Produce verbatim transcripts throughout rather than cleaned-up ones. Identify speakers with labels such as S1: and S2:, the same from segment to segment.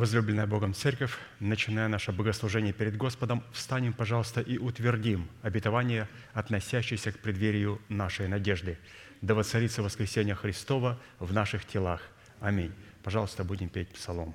S1: Возлюбленная Богом Церковь, начиная наше богослужение перед Господом, встанем, пожалуйста, и утвердим обетование, относящееся к преддверию нашей надежды. Да воцарится воскресение Христова в наших телах. Аминь. Пожалуйста, будем петь псалом.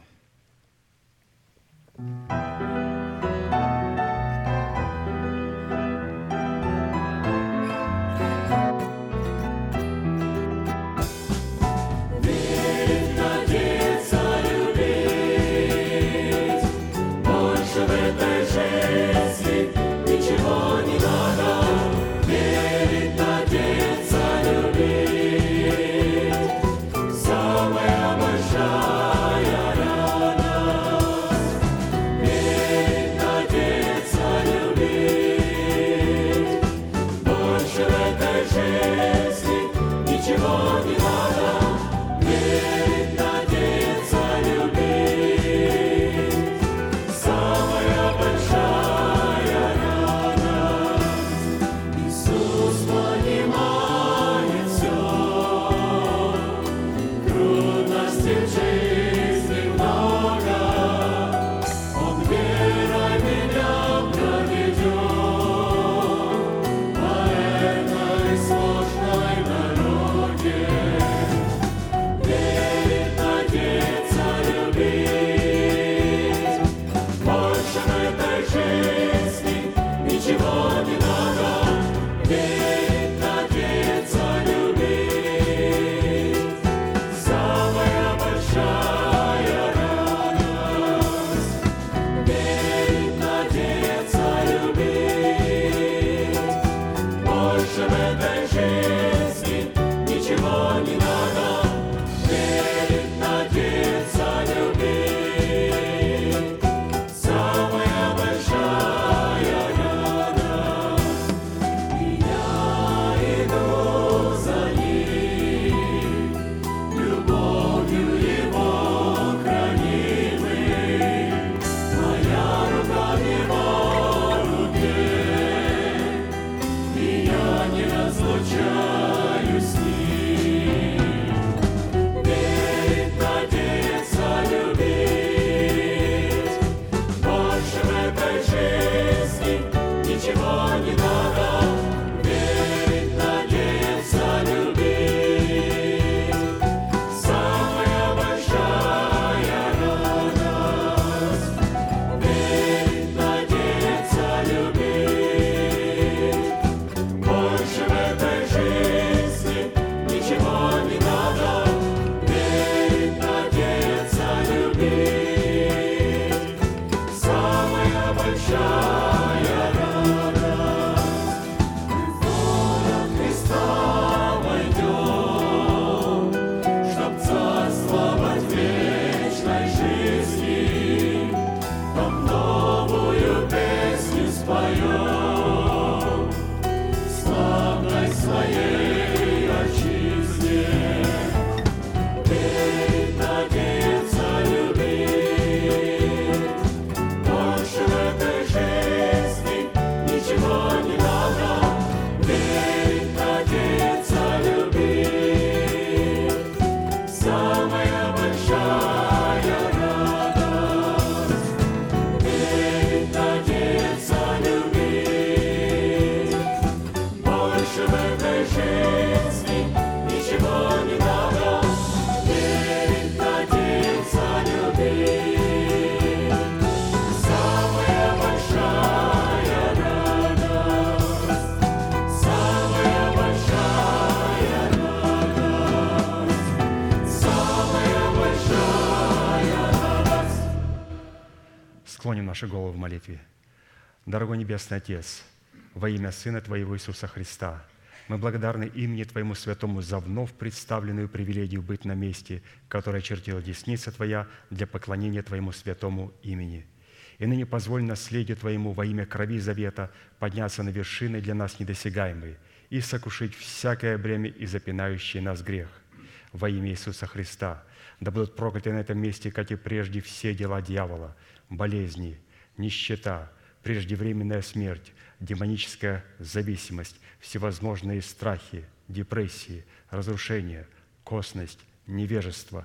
S1: Склоним наши головы в молитве. Дорогой Небесный Отец, во имя Сына Твоего Иисуса Христа, мы благодарны имени Твоему Святому за вновь представленную привилегию быть на месте, которое чертила десница Твоя для поклонения Твоему святому имени. И ныне позволь наследию Твоему во имя крови завета подняться на вершины для нас недосягаемые и сокрушить всякое бремя и запинающий нас грех. Во имя Иисуса Христа да будут прокляты на этом месте, как и прежде, все дела дьявола, болезни, нищета, преждевременная смерть, демоническая зависимость, всевозможные страхи, депрессии, разрушения, косность, невежество.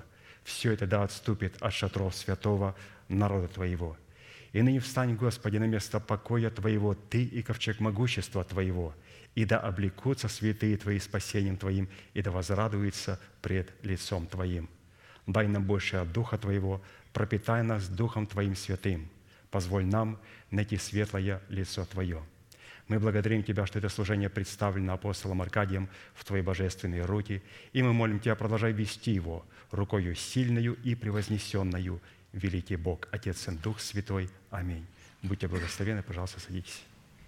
S1: все это да отступит от шатров святого народа Твоего. И ныне встань, Господи, на место покоя Твоего, Ты и ковчег могущества Твоего, и да облекутся святые Твои спасением Твоим, и да возрадуются пред лицом Твоим. Дай нам больше от Духа Твоего, пропитай нас Духом Твоим святым, позволь нам найти светлое лицо Твое. Мы благодарим Тебя, что это служение представлено апостолом Аркадием в Твои божественные руки, и мы молим Тебя, продолжай вести его рукою сильною и превознесенною, великий Бог, Отец, Сын, Дух Святой. Аминь. Будьте благословенны, пожалуйста, садитесь.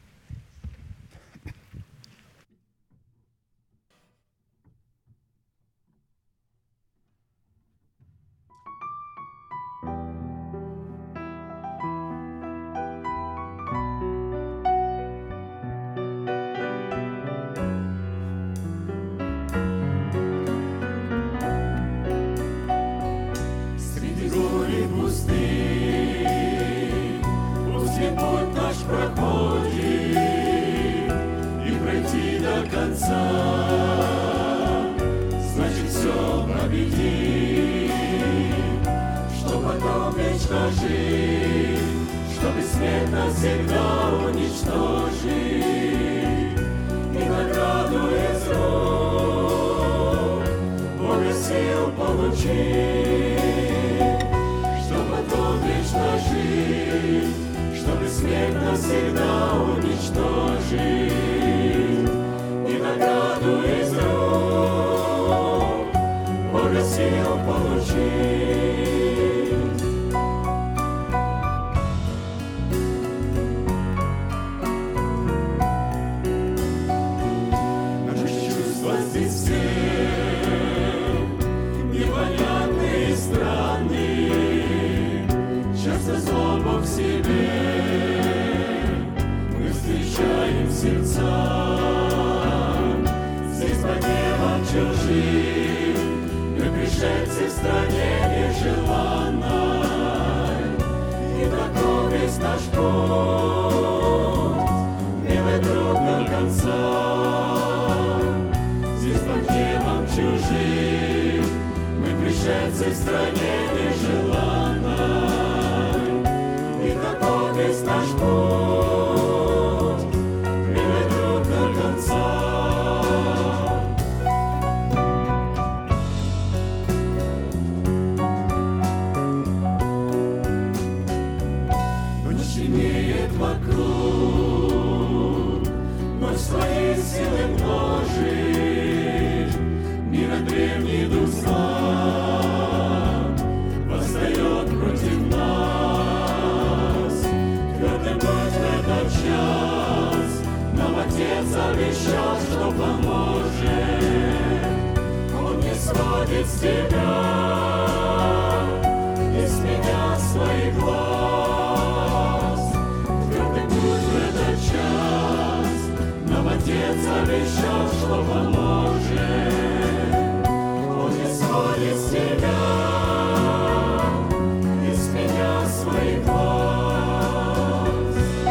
S2: Значит, все победи, что потом вечно жить, чтобы смерть навсегда уничтожить и награду из рук Бога сил получить, что потом вечно жить, чтобы смерть навсегда уничтожить и награду из рук Бога сил получить. Наши чувства здесь все непонятные и странные, часто злобу в себе мы встречаем сердца. Здесь под небом чужим мы пришельцы в стране нежеланной, и таков весь наш путь, милый друг, до конца. Здесь под небом чужим мы пришельцы в стране нежеланной, и таков весь наш путь, милый друг, до конца. Свои силы множит, мира древний дух зла восстает против нас. Твердым быть в этот час нам Отец обещал, что поможет. Он не сводит с тебя и с меня своих глаз. Твердым быть в этот час нам Отец обещал, что поможет. Он не сводит с тебя и с меня своих глаз.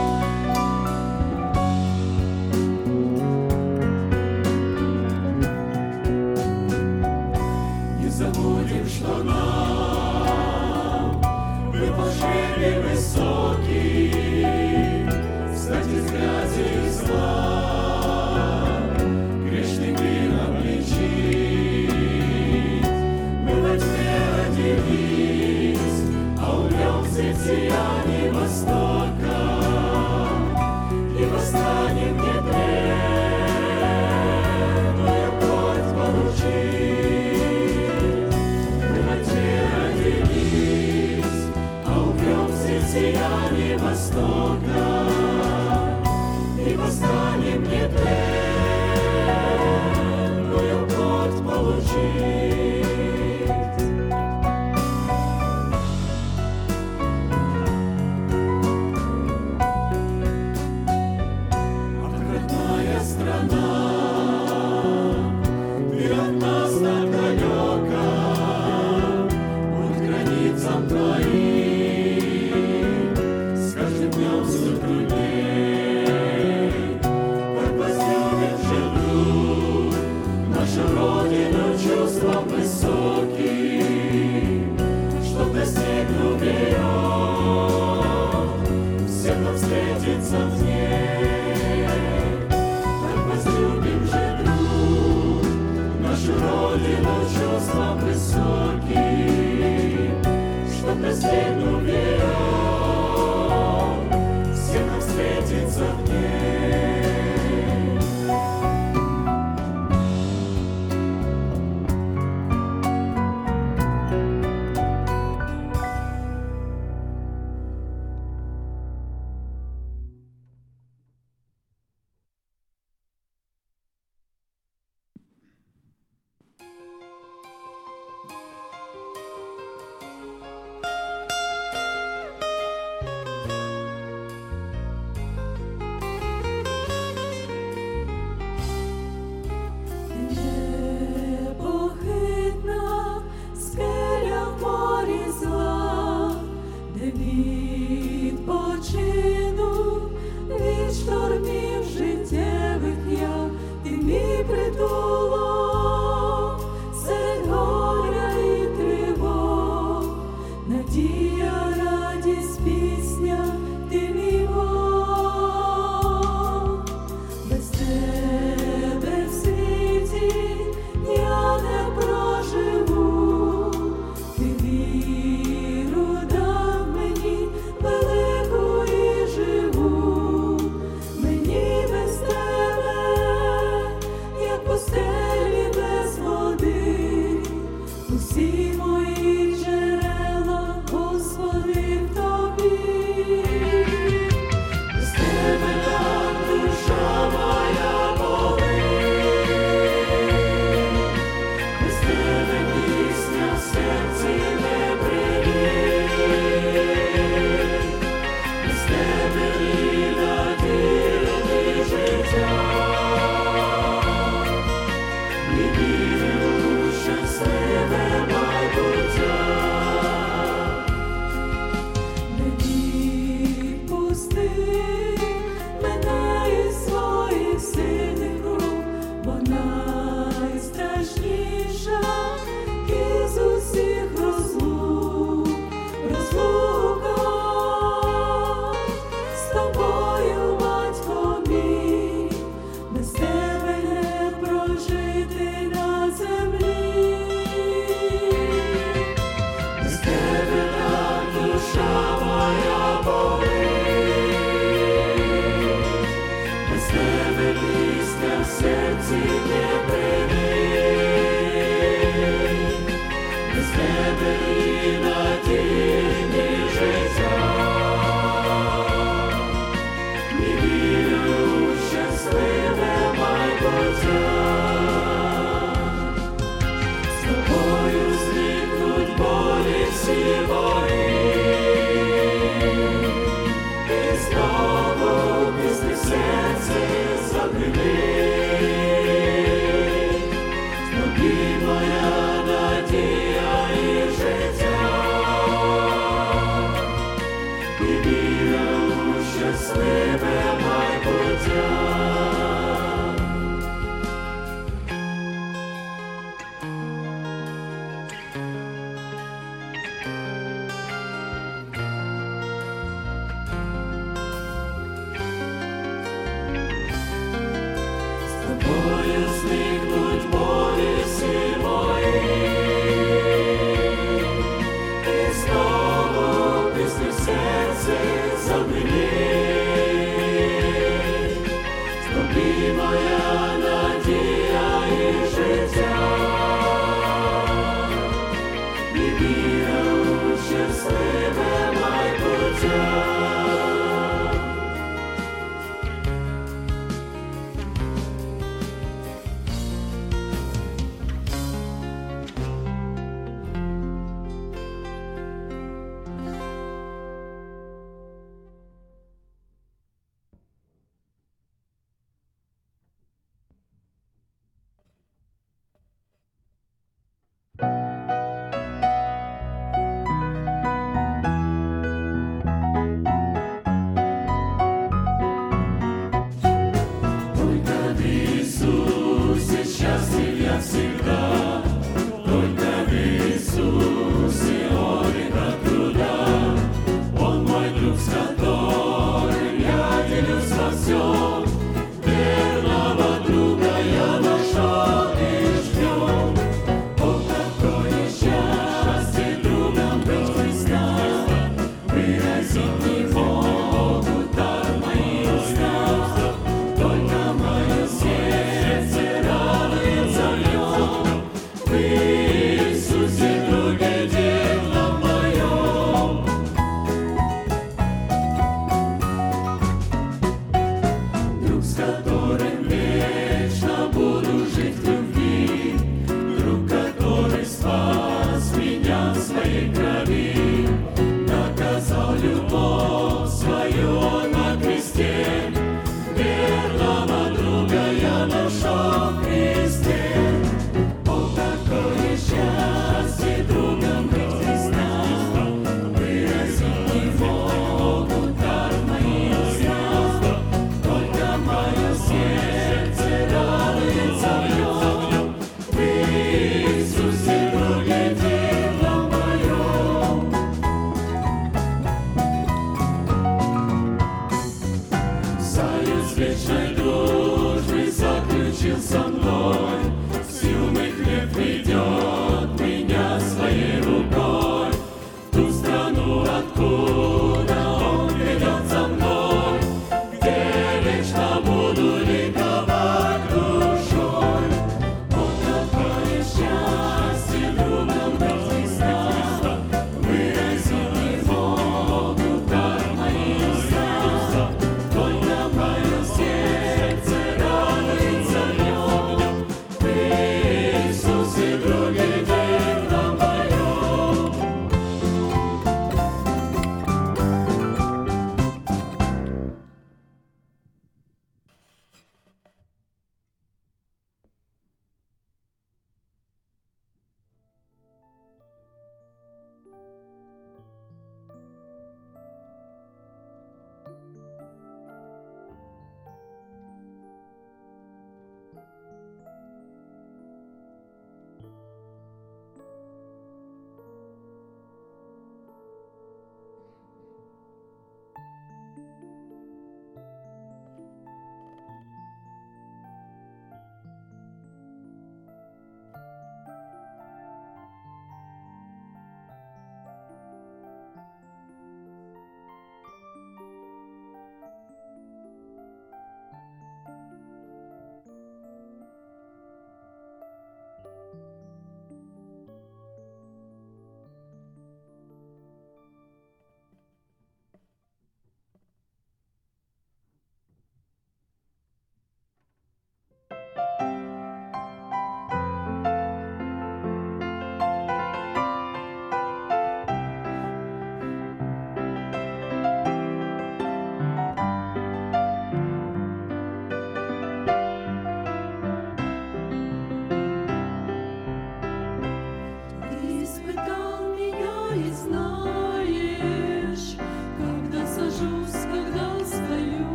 S2: Не забудем, что нам выпал жребий высокий, встать из грязи и зла, грешный мир обличить. Мы во тьме родились, а умрем в свет сияний востока, и восстанем нетленную плоть получить. Мы во тьме родились, а умрем в свет сияний востока, и восстанем нетленную плоть получить. Ах, родная страна, ты от нас так далека, будь границам твоим, с каждым днем все трудней. Нашу Родину чувством высоким,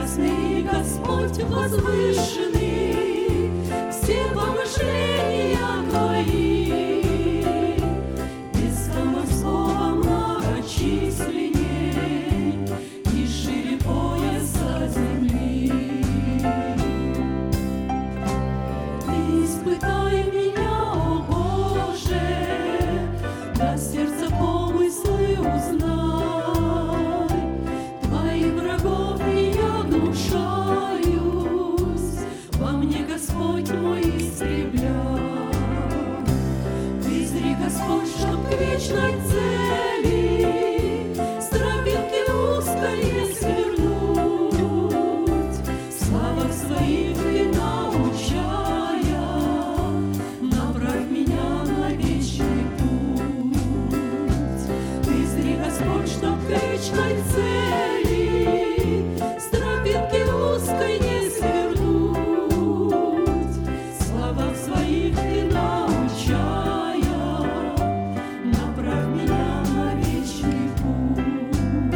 S3: прекрасный Господь возвышенный, все помышления Твои, без самых слова многочисленней и шире пояса земли. Ты испытай меня, о Боже, да сердце помыслы узнай. Твоих врагов я гнушаюсь, во мне Господь мой истребляй. Ты зри, Господь, чтоб к вечной цели с тропинки узкой не свернуть, в славах своих Ты научая, направь меня на вечный путь. Ты зри, Господь, чтоб к вечной цели с тропинки узкой не свернуть, в славах своих Ты научая, направь меня на вечный путь.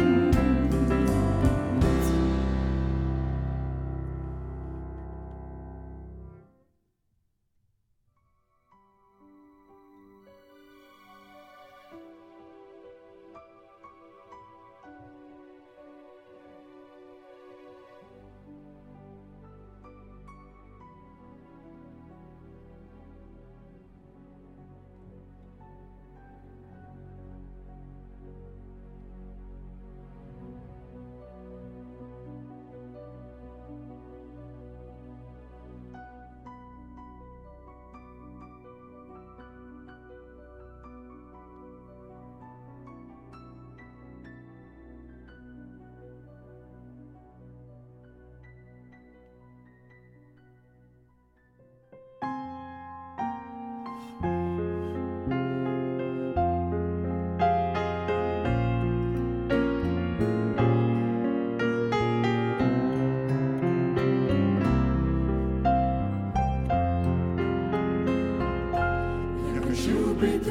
S3: Я хочу быть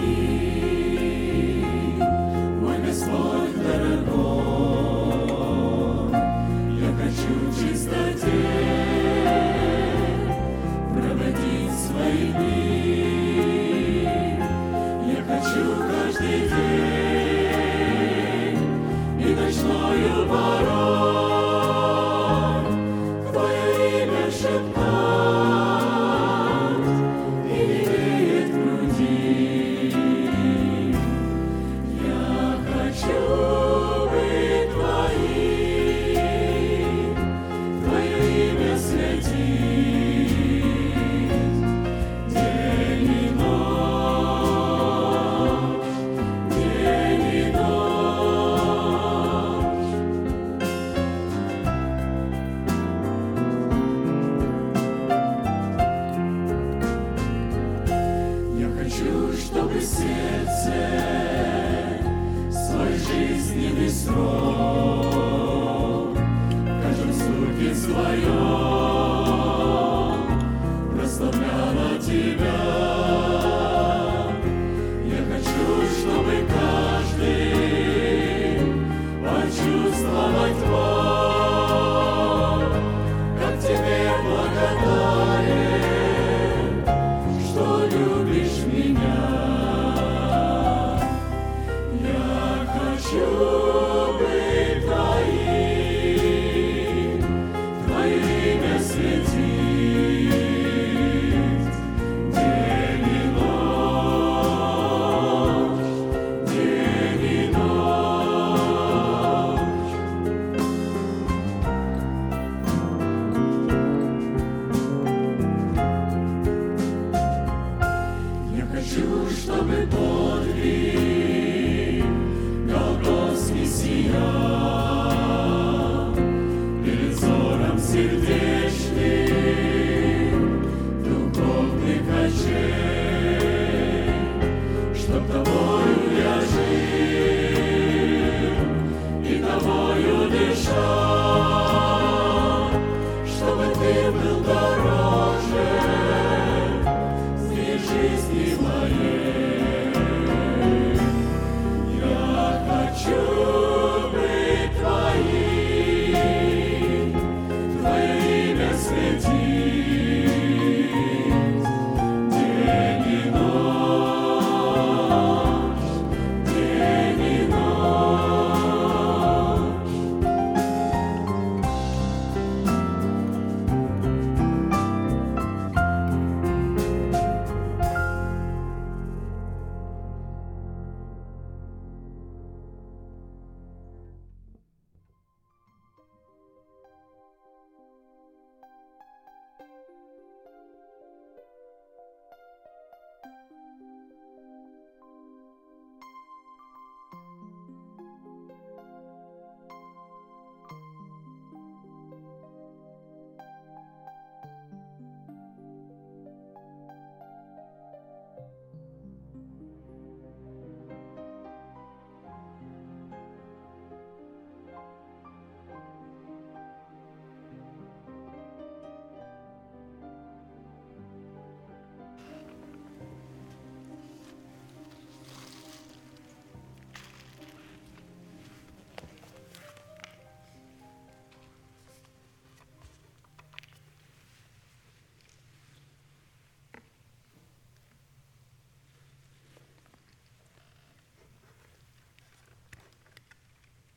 S3: Твоим, мой Господь дорогой. Я хочу в чистоте проводить свои дни. Я хочу каждый день и ночною порой Твое имя шептать и лелеять в груди. Я хочу быть Твоим, Твое имя светить день и ночь, день и ночь. Я хочу, чтобы сердце свой жизненный срок в каждом стуке своем прославляло Тебя. Я хочу, чтобы каждый почувствовать мог, как Тебе благодарен, что любишь меня. Я хочу быть Твоим, Твое имя светить день и ночь, день и ночь. Я хочу, чтобы подвиг Голгофский сиял перед взором сердечным духовных очей, чтоб Тобою я жил и Тобою дышал, чтобы Ты был дороже всей жизни моей. Я хочу быть Твоим,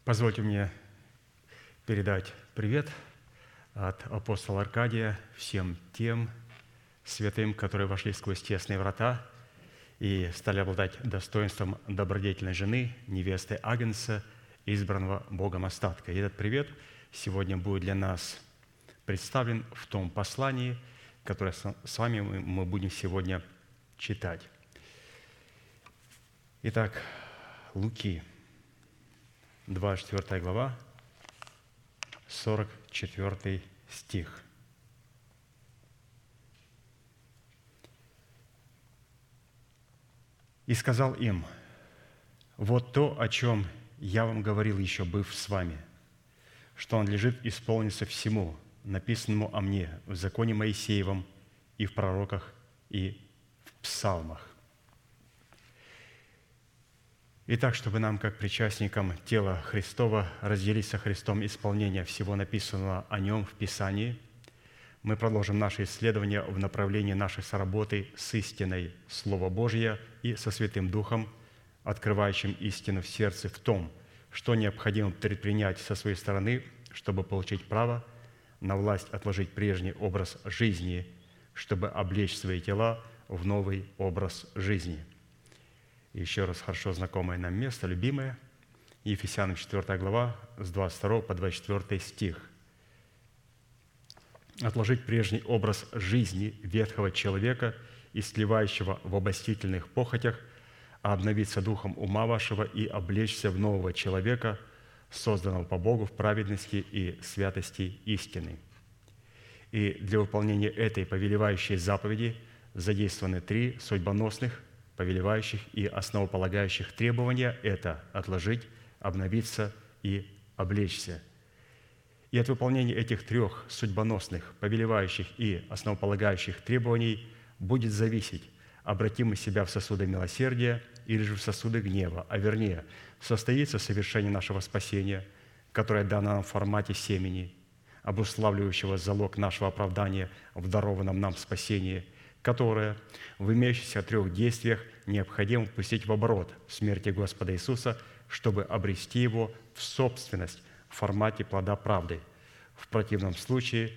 S1: Позвольте мне передать привет от апостола Аркадия всем тем святым, которые вошли сквозь тесные врата и стали обладать достоинством добродетельной жены, невесты Агнца, избранного Богом остатка. И этот привет сегодня будет для нас представлен в том послании, которое с вами мы будем сегодня читать. Итак, Луки, двадцать четвёртая глава, сорок четвёртый стих. «И сказал им: вот то, о чем я вам говорил еще, быв с вами, что он лежит исполниться всему, написанному о мне в законе Моисеевом и в пророках и в псалмах». Итак, чтобы нам, как причастникам тела Христова, разделить со Христом исполнение всего написанного о Нем в Писании, мы продолжим наше исследование в направлении нашей соработы с истиной Слова Божия и со Святым Духом, открывающим истину в сердце в том, что необходимо предпринять со своей стороны, чтобы получить право на власть отложить прежний образ жизни, чтобы облечь свои тела в новый образ жизни. Еще раз хорошо знакомое нам место, любимое, Ефесянам четвёртая глава, с двадцать второго по двадцать четвёртый стих. «Отложить прежний образ жизни ветхого человека, истлевающего в обольстительных похотях, а обновиться духом ума вашего и облечься в нового человека, созданного по Богу в праведности и святости истины». И для выполнения этой повелевающей заповеди задействованы три судьбоносных, повелевающих и основополагающих требования – это отложить, обновиться и облечься. И от выполнения этих трех судьбоносных, повелевающих и основополагающих требований будет зависеть, обратим мы себя в сосуды милосердия или же в сосуды гнева, а вернее, состоится совершение нашего спасения, которое дано нам в формате семени, обуславливающего залог нашего оправдания в дарованном нам спасении, которое в имеющихся трех действиях необходимо пустить в оборот в смерти Господа Иисуса, чтобы обрести его в собственность в формате плода правды. В противном случае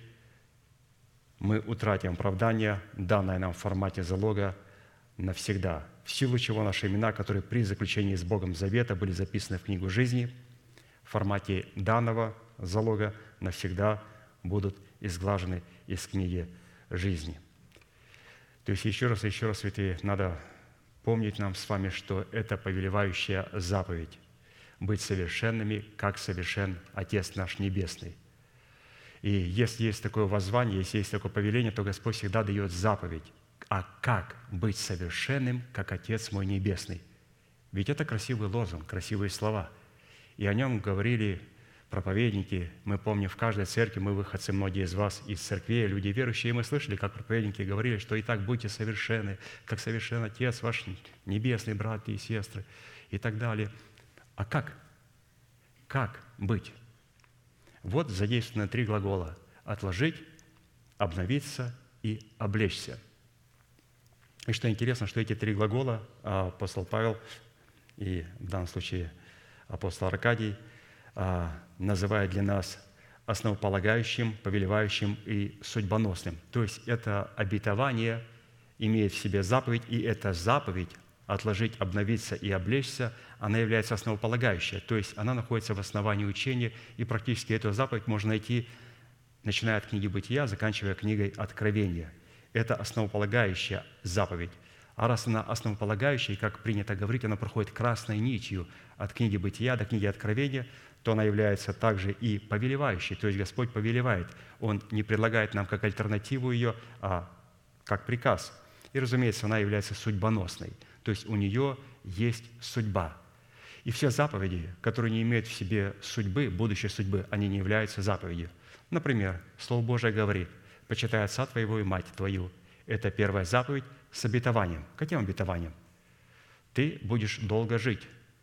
S1: мы утратим оправдание, данное нам в формате залога, навсегда, в силу чего наши имена, которые при заключении с Богом завета были записаны в книгу жизни, в формате данного залога навсегда будут изглажены из книги жизни. То есть еще раз, еще раз, святые, надо помнить нам с вами, что это повелевающая заповедь – быть совершенными, как совершен Отец наш Небесный. И если есть такое воззвание, если есть такое повеление, то Господь всегда дает заповедь. А как быть совершенным, как Отец мой Небесный? Ведь это красивый лозунг, красивые слова. И о нем говорили проповедники. Мы помним, в каждой церкви, мы выходцы, многие из вас из церквей, люди верующие, и мы слышали, как проповедники говорили, что и так будьте совершенны, как совершен Отец ваш Небесный, братья и сестры, и так далее. А как? Как быть? Вот задействованы три глагола – отложить, обновиться и облечься. И что интересно, что эти три глагола апостол Павел и в данном случае апостол Аркадий называют для нас основополагающим, повелевающим и судьбоносным. То есть это обетование имеет в себе заповедь, и эта заповедь отложить, обновиться и облечься, она является основополагающей, то есть она находится в основании учения, и практически эту заповедь можно найти, начиная от книги Бытия, заканчивая книгой Откровения. Это основополагающая заповедь. А раз она основополагающая, и, как принято говорить, она проходит красной нитью от книги Бытия до книги Откровения, то она является также и повелевающей, то есть Господь повелевает. Он не предлагает нам как альтернативу ее, а как приказ. И, разумеется, она является судьбоносной. То есть у нее есть судьба. И все заповеди, которые не имеют в себе судьбы, будущей судьбы, они не являются заповедью. Например, Слово Божие говорит: «Почитай отца твоего и мать твою». Это первая заповедь с обетованием. Каким обетованием? Ты будешь долго жить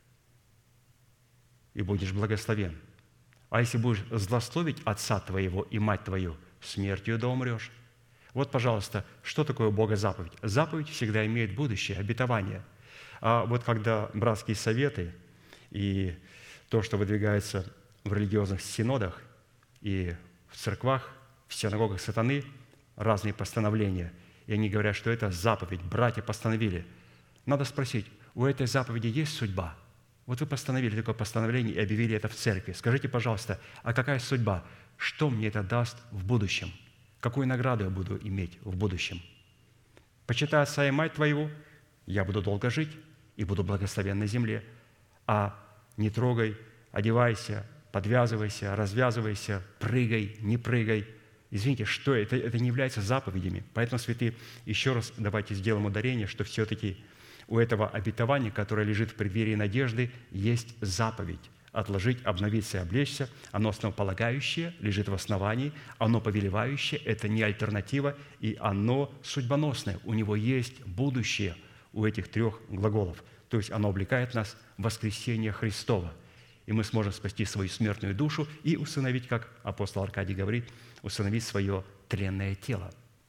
S1: и будешь благословен. А если будешь злословить отца твоего и мать твою, смертью да умрешь. Вот, пожалуйста, что такое у Бога заповедь? Заповедь всегда имеет будущее, обетование. А вот когда братские советы и то, что выдвигается в религиозных синодах и в церквах, в синагогах сатаны, разные постановления. И они говорят, что это заповедь, братья постановили. Надо спросить, у этой заповеди есть судьба? Вот вы постановили такое постановление и объявили это в церкви. Скажите, пожалуйста, а какая судьба? Что мне это даст в будущем? Какую награду я буду иметь в будущем? Почитай отца и мать твоего, я буду долго жить и буду благословен на земле. А не трогай, одевайся, подвязывайся, развязывайся, прыгай, не прыгай. Извините, что это? Это не является заповедями. Поэтому, святые, еще раз давайте сделаем ударение, что все-таки у этого обетования, которое лежит в преддверии надежды, есть заповедь. Отложить, обновиться и облечься. Оно основополагающее, лежит в основании. Оно повелевающее, это не альтернатива. И оно судьбоносное. У него есть будущее у этих трех глаголов. То есть оно облекает нас в воскресение Христова. И мы сможем спасти свою смертную душу и усыновить, как апостол Аркадий говорит, усыновить свое тленное тело.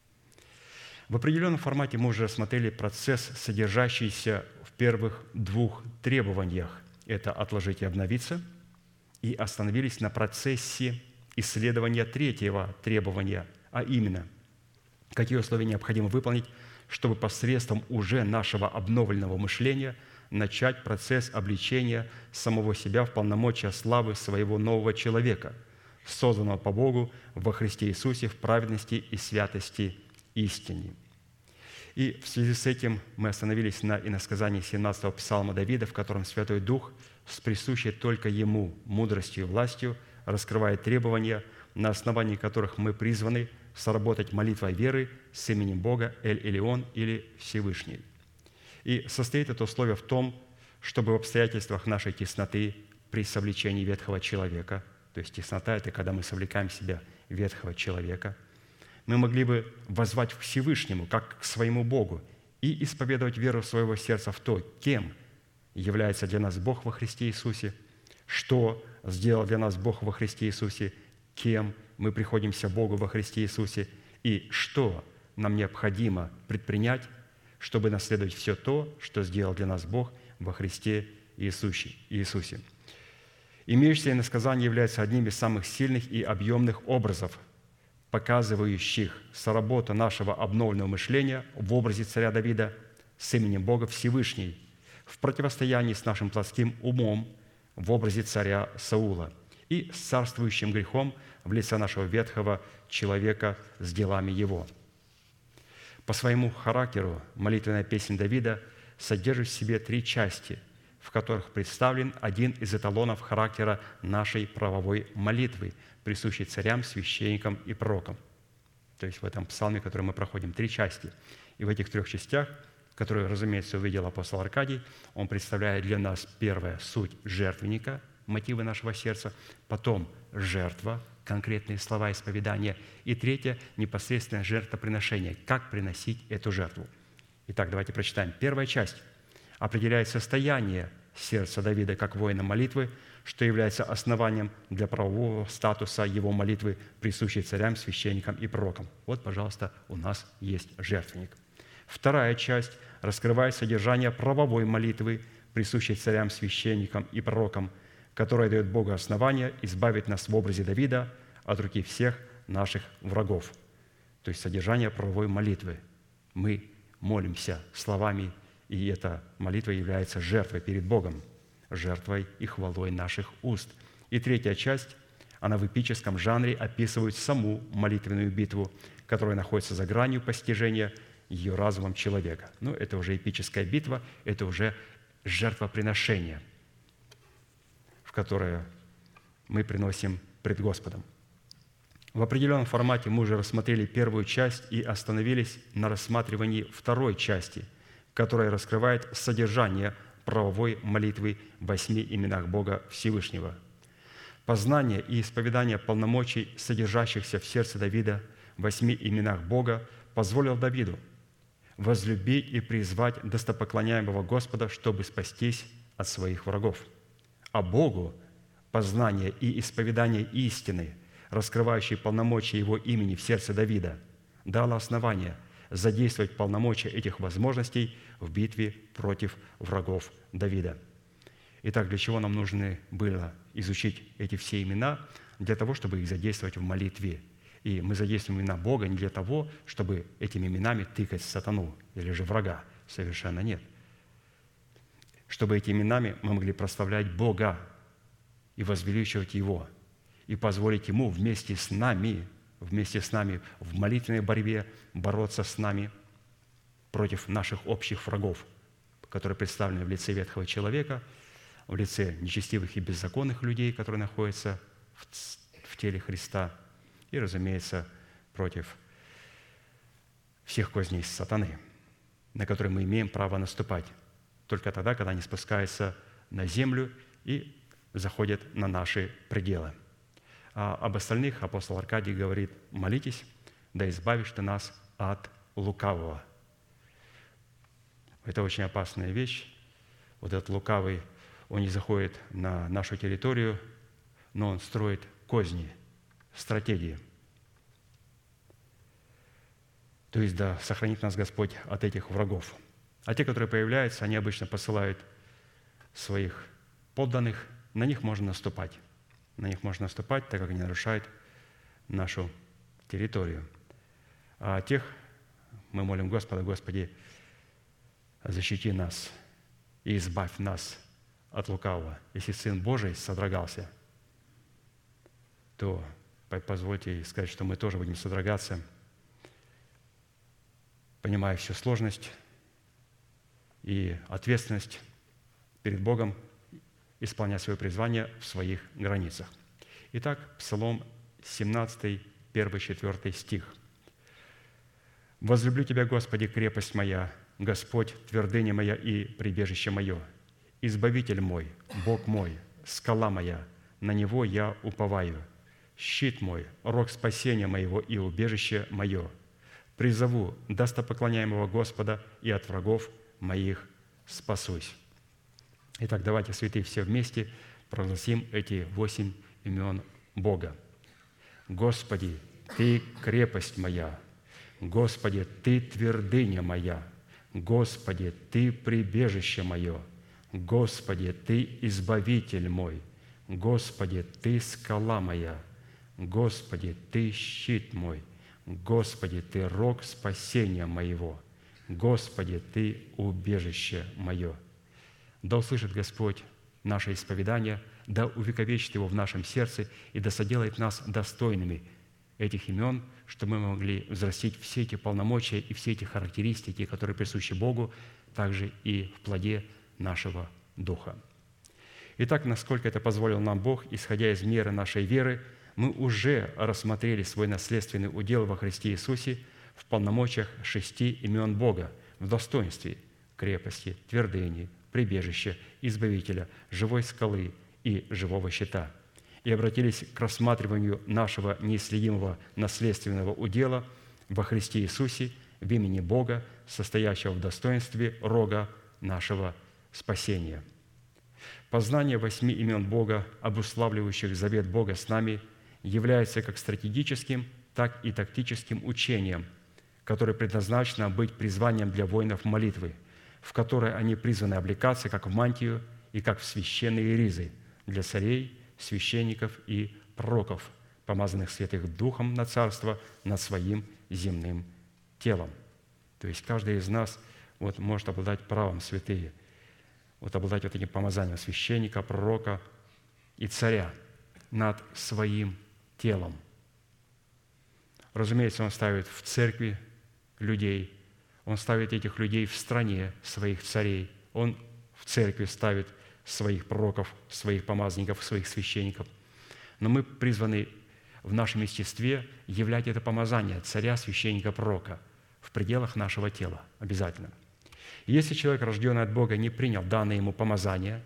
S1: В определенном формате мы уже рассмотрели процесс, содержащийся в первых двух требованиях. Это «отложить и обновиться», и остановились на процессе исследования третьего требования, а именно, какие условия необходимо выполнить, чтобы посредством уже нашего обновленного мышления начать процесс обличения самого себя в полномочия славы своего нового человека, созданного по Богу во Христе Иисусе в праведности и святости истине. И в связи с этим мы остановились на иносказании семнадцатого псалма Давида, в котором Святой Дух с присущей только Ему мудростью и властью раскрывает требования, на основании которых мы призваны соработать молитвой веры с именем Бога Эль-Элион или Всевышний. И состоит это условие в том, чтобы в обстоятельствах нашей тесноты при совлечении ветхого человека, то есть теснота – это когда мы совлекаем в себя ветхого человека, мы могли бы воззвать к Всевышнему, как к своему Богу, и исповедовать веру своего сердца в то, кем является для нас Бог во Христе Иисусе, что сделал для нас Бог во Христе Иисусе, кем мы приходимся Богу во Христе Иисусе, и что нам необходимо предпринять, чтобы наследовать все то, что сделал для нас Бог во Христе Иисусе. Имеющееся иносказание является одним из самых сильных и объемных образов, показывающих соработу нашего обновленного мышления в образе царя Давида с именем Бога Всевышний, в противостоянии с нашим плотским умом в образе царя Саула и с царствующим грехом в лице нашего ветхого человека с делами его. По своему характеру молитвенная песнь Давида содержит в себе три части, в которых представлен один из эталонов характера нашей правовой молитвы, присущей царям, священникам и пророкам. То есть в этом псалме, который мы проходим, три части. И в этих трех частях, которые, разумеется, увидел апостол Аркадий, он представляет для нас, первое, суть жертвенника, мотивы нашего сердца, потом жертва, конкретные слова исповедания, и третье, непосредственное жертвоприношение, как приносить эту жертву. Итак, давайте прочитаем. Первая часть определяет состояние сердца Давида как воина молитвы, что является основанием для правового статуса его молитвы, присущей царям, священникам и пророкам. Вот, пожалуйста, у нас есть жертвенник. Вторая часть раскрывает содержание правовой молитвы, присущей царям, священникам и пророкам, которая дает Богу основание избавить нас в образе Давида от руки всех наших врагов. То есть содержание правовой молитвы. Мы молимся словами, и эта молитва является жертвой перед Богом, жертвой и хвалой наших уст. И третья часть, она в эпическом жанре описывает саму молитвенную битву, которая находится за гранью постижения ее разумом человека. Ну, это уже эпическая битва, это уже жертвоприношение, в которое мы приносим пред Господом. В определенном формате мы уже рассмотрели первую часть и остановились на рассматривании второй части, которая раскрывает содержание правовой молитвы в восьми именах Бога Всевышнего. Познание и исповедание полномочий, содержащихся в сердце Давида в восьми именах Бога, позволил Давиду возлюбить и призвать достопоклоняемого Господа, чтобы спастись от своих врагов. А Богу познание и исповедание истины, раскрывающей полномочия Его имени в сердце Давида, дало основание задействовать полномочия этих возможностей в битве против врагов Давида. Итак, для чего нам нужно было изучить эти все имена? Для того, чтобы их задействовать в молитве. И мы задействуем имена Бога не для того, чтобы этими именами тыкать сатану или же врага. Совершенно нет. Чтобы этими именами мы могли прославлять Бога и возвеличивать Его, и позволить Ему вместе с нами, вместе с нами в молитвенной борьбе бороться с нами против наших общих врагов, которые представлены в лице ветхого человека, в лице нечестивых и беззаконных людей, которые находятся в, в теле Христа, и, разумеется, против всех козней сатаны, на которые мы имеем право наступать только тогда, когда они спускаются на землю и заходят на наши пределы. А об остальных апостол Аркадий говорит: молитесь, да избавишь ты нас от лукавого. Это очень опасная вещь. Вот этот лукавый, он не заходит на нашу территорию, но он строит козни, стратегии. То есть, да, сохранит нас Господь от этих врагов. А те, которые появляются, они обычно посылают своих подданных, на них можно наступать. На них можно наступать, так как они нарушают нашу территорию. А тех мы молим Господа: Господи, защити нас и избавь нас от лукавого. Если Сын Божий содрогался, то позвольте сказать, что мы тоже будем содрогаться, понимая всю сложность и ответственность перед Богом, исполнять свое призвание в своих границах. Итак, Псалом семнадцатый, первый, четвёртый стих. «Возлюблю Тебя, Господи, крепость моя, Господь, твердыня моя и прибежище мое, Избавитель мой, Бог мой, скала моя, на Него я уповаю, щит мой, рог спасения моего и убежище мое. Призову достопоклоняемого Господа, и от врагов моих спасусь». Итак, давайте, святые, все вместе прогласим эти восемь имен Бога. «Господи, Ты крепость моя, Господи, Ты твердыня моя, Господи, Ты прибежище мое, Господи, Ты избавитель мой, Господи, Ты скала моя, Господи, Ты щит мой, Господи, Ты рог спасения моего, Господи, Ты убежище мое». Да услышит Господь наше исповедание, да увековечит его в нашем сердце и да соделает нас достойными этих имен, чтобы мы могли взрастить все эти полномочия и все эти характеристики, которые присущи Богу, также и в плоде нашего Духа. Итак, насколько это позволил нам Бог, исходя из меры нашей веры, мы уже рассмотрели свой наследственный удел во Христе Иисусе в полномочиях шести имен Бога, в достоинстве крепости, твердыни, прибежища, избавителя, живой скалы и живого щита, и обратились к рассматриванию нашего неисследимого наследственного удела во Христе Иисусе в имени Бога, состоящего в достоинстве рога нашего спасения. Познание восьми имен Бога, обуславливающих завет Бога с нами, является как стратегическим, так и тактическим учением, которое предназначено быть призванием для воинов молитвы, в которой они призваны облекаться как в мантию и как в священные ризы для царей, священников и пророков, помазанных святых Духом на царство над своим земным телом. То есть каждый из нас вот может обладать правом, святые, вот обладать вот этим помазанием священника, пророка и царя над своим телом. Разумеется, он ставит в церкви людей, он ставит этих людей в стране своих царей, он в церкви ставит своих пророков, своих помазанников, своих священников. Но мы призваны в нашем естестве являть это помазание царя, священника, пророка в пределах нашего тела обязательно. Если человек, рожденный от Бога, не принял данное ему помазание,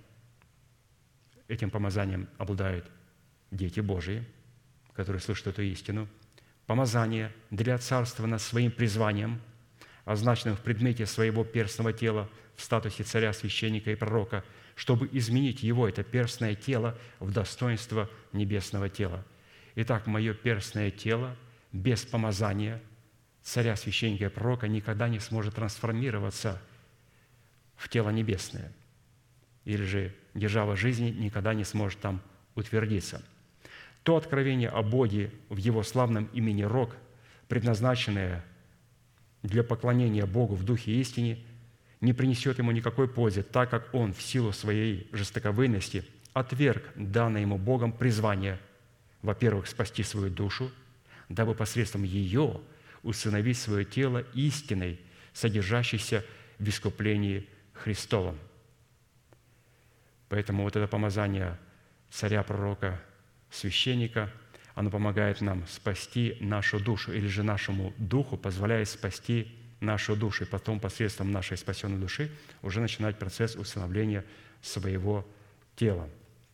S1: этим помазанием обладают дети Божии, которые слышат эту истину, помазание для царства над своим призванием, означенным в предмете своего перстного тела в статусе царя, священника и пророка, чтобы изменить его, это перстное тело, в достоинство небесного тела. Итак, мое перстное тело без помазания царя, священника и пророка никогда не сможет трансформироваться в тело небесное. или же держава жизни никогда не сможет там утвердиться. То откровение о Боге в Его славном имени Рог, предназначенное для поклонения Богу в Духе истине, не принесет ему никакой пользы, так как он в силу своей жестоковыйности отверг данное ему Богом призвание, во-первых, спасти свою душу, дабы посредством ее усыновить свое тело истиной, содержащейся в искуплении Христовом. Поэтому вот это помазание царя, пророка, священника, оно помогает нам спасти нашу душу, или же нашему духу позволяет спасти нашу душу, и потом посредством нашей спасенной души уже начинать процесс усыновления своего тела.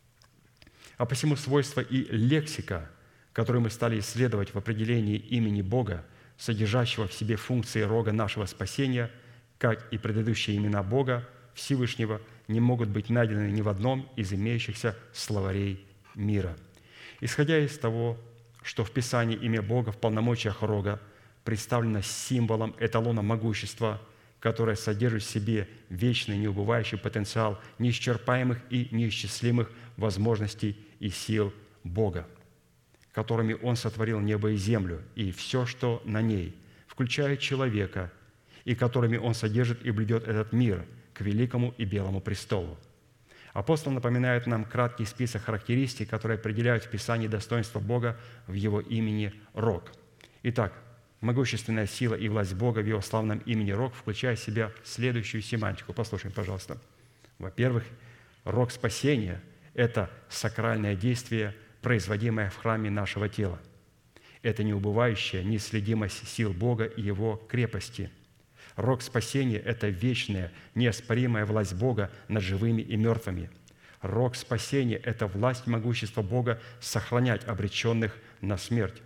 S1: А посему свойства и лексика, которые мы стали исследовать в определении имени Бога, содержащего в себе функции рога нашего спасения, как и предыдущие имена Бога Всевышнего, не могут быть найдены ни в одном из имеющихся словарей мира. Исходя из того, что в Писании имя Бога в полномочиях рога представлено символом, эталоном могущества, которое содержит в себе вечный, неубывающий потенциал неисчерпаемых и неисчислимых возможностей и сил Бога, которыми Он сотворил небо и землю и все, что на ней, включая человека, и которыми Он содержит и блюдет этот мир к великому и белому престолу. Апостол напоминает нам краткий список характеристик, которые определяют в Писании достоинство Бога в Его имени Рог. Итак, могущественная сила и власть Бога в Его славном имени Рог включает в себя следующую семантику. Послушаем, пожалуйста. Во-первых, Рог спасения – это сакральное действие, производимое в храме нашего тела. Это неубывающая неисследимость сил Бога и Его крепости. Рог спасения – это вечная, неоспоримая власть Бога над живыми и мертвыми. Рог спасения – это власть могущества Бога сохранять обреченных на смерть.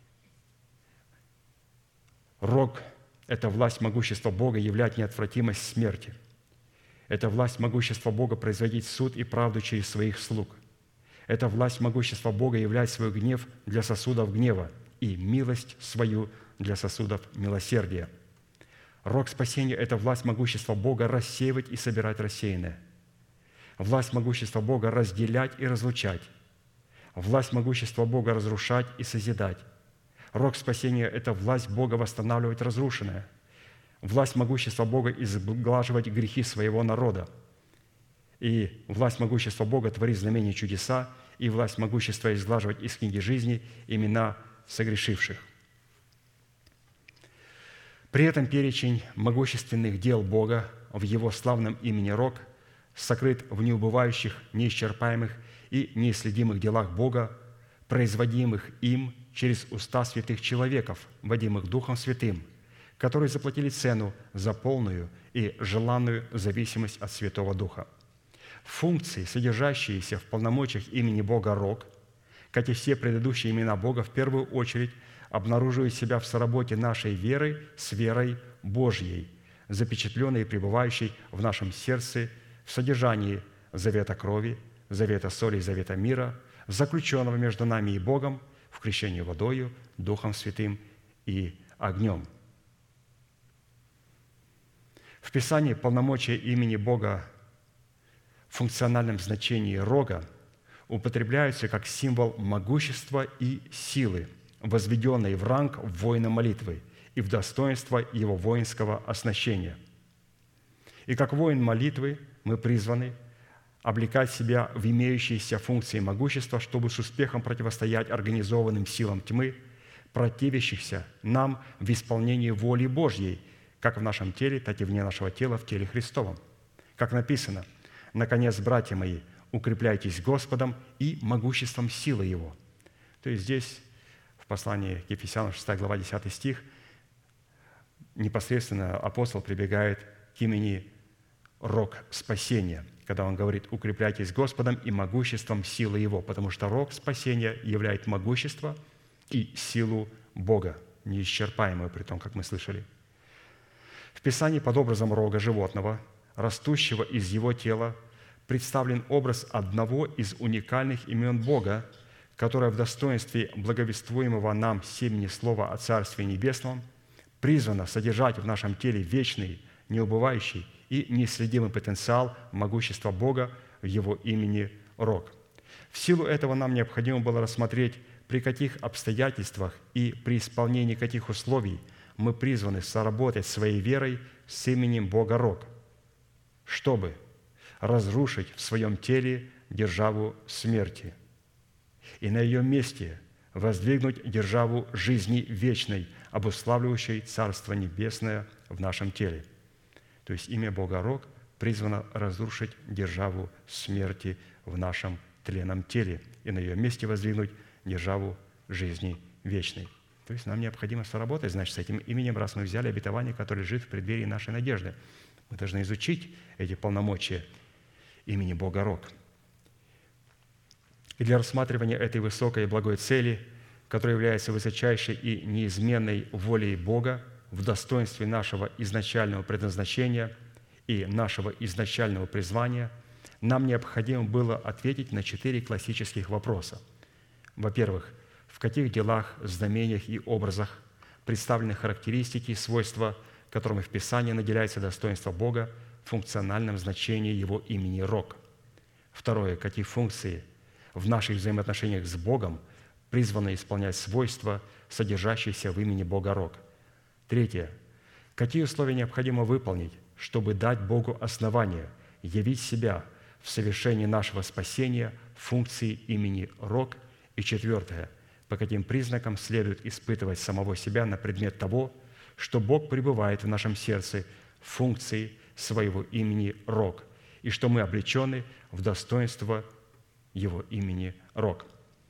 S1: Рог – это власть могущества Бога являть неотвратимость смерти. Это власть могущества Бога производить суд и правду через своих слуг. Это власть могущества Бога являть свой гнев для сосудов гнева и милость свою для сосудов милосердия. Рог спасения – это власть могущества Бога рассеивать и собирать рассеянное. Власть могущества Бога разделять и разлучать. Власть могущества Бога разрушать и созидать. Рог спасения – это власть Бога восстанавливать разрушенное. Власть могущества Бога изглаживать грехи своего народа. И власть могущества Бога творить знамения и чудеса, и власть могущества изглаживать из книги жизни имена согрешивших. При этом перечень могущественных дел Бога в Его славном имени Рог сокрыт в неубывающих, неисчерпаемых и неисследимых делах Бога, производимых им через уста святых человеков, водимых Духом Святым, которые заплатили цену за полную и желанную зависимость от Святого Духа. Функции, содержащиеся в полномочиях имени Бога Рог, как и все предыдущие имена Бога, в первую очередь обнаруживают себя в соработе нашей веры с верой Божьей, запечатленной и пребывающей в нашем сердце в содержании завета крови, завета соли и завета мира, заключенного между нами и Богом в крещении водою, Духом Святым и огнем. В Писании полномочия имени Бога в функциональном значении рога употребляются как символ могущества и силы, возведенной в ранг воина молитвы и в достоинство его воинского оснащения. И как воин молитвы мы призваны облекать себя в имеющиеся функции могущества, чтобы с успехом противостоять организованным силам тьмы, противящихся нам в исполнении воли Божьей, как в нашем теле, так и вне нашего тела, в теле Христовом. Как написано: «Наконец, братья мои, укрепляйтесь Господом и могуществом силы Его». То есть здесь, в послании к Ефесянам, шестая глава, десятый стих, непосредственно апостол прибегает к имени Рог спасения, когда он говорит: «Укрепляйтесь Господом и могуществом силы Его», потому что Рог спасения являет могущество и силу Бога, неисчерпаемую, при том, как мы слышали. В Писании под образом рога животного, растущего из его тела, представлен образ одного из уникальных имен Бога, которое в достоинстве благовествуемого нам семени слова о Царстве Небесном призвано содержать в нашем теле вечный, неубывающий и неисследимый потенциал могущества Бога в Его имени Рог. В силу этого нам необходимо было рассмотреть, при каких обстоятельствах и при исполнении каких условий мы призваны соработать своей верой с именем Бога Рог, чтобы разрушить в своем теле державу смерти и на ее месте воздвигнуть державу жизни вечной, обуславливающей Царство Небесное в нашем теле. То есть имя Бога Рог призвано разрушить державу смерти в нашем тленном теле и на ее месте воздвигнуть державу жизни вечной. То есть нам необходимо соработать, значит, с этим именем, раз мы взяли обетование, которое лежит в преддверии нашей надежды. Мы должны изучить эти полномочия имени Бога Рог. И для рассматривания этой высокой и благой цели, которая является высочайшей и неизменной волей Бога в достоинстве нашего изначального предназначения и нашего изначального призвания, нам необходимо было ответить на четыре классических вопроса. Во-первых, в каких делах, знамениях и образах представлены характеристики и свойства, которыми в Писании наделяется достоинство Бога в функциональном значении Его имени Рог. Второе, какие функции в наших взаимоотношениях с Богом призваны исполнять свойства, содержащиеся в имени Бога Рог. Третье, какие условия необходимо выполнить, чтобы дать Богу основание явить себя в совершении нашего спасения функции имени Рог. И четвертое, по каким признакам следует испытывать самого себя на предмет того, что Бог пребывает в нашем сердце в функции своего имени Рог, и что мы облечены в достоинство Его имени Рог.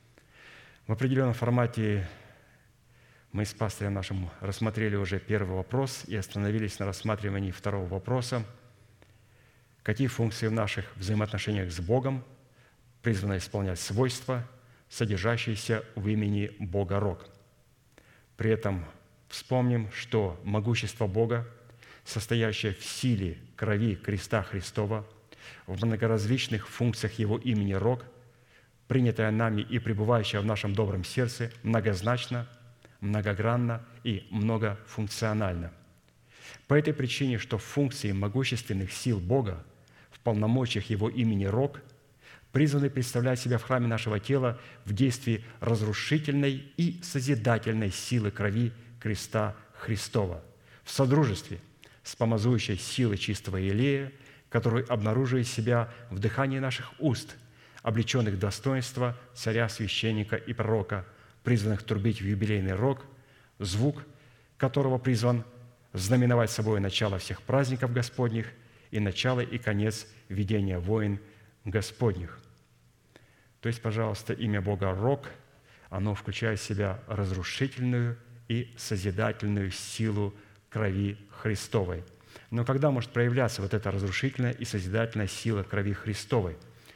S1: В определенном формате мы с пастырем нашим рассмотрели уже первый вопрос и остановились на рассматривании второго вопроса. Какие функции в наших взаимоотношениях с Богом призваны исполнять свойства, содержащиеся в имени Бога Рог? При этом вспомним, что могущество Бога, состоящее в силе крови креста Христова, в многоразличных функциях Его имени Рог, принятое нами и пребывающее в нашем добром сердце, многозначно, многогранно и многофункционально. По этой причине, что функции могущественных сил Бога в полномочиях Его имени Рог призваны представлять себя в храме нашего тела в действии разрушительной и созидательной силы крови креста Христова, в содружестве с помазующей силой чистого елея, которую обнаруживает себя в дыхании наших уст, облеченных в достоинство царя, священника и пророка, призванных трубить в юбилейный рог, звук которого призван знаменовать собой начало всех праздников Господних и начало и конец ведения войн Господних. То есть, пожалуйста, имя Бога Рог, оно включает в себя разрушительную и созидательную силу крови Христовой. Но когда может проявляться вот эта разрушительная и созидательная сила крови Христовой?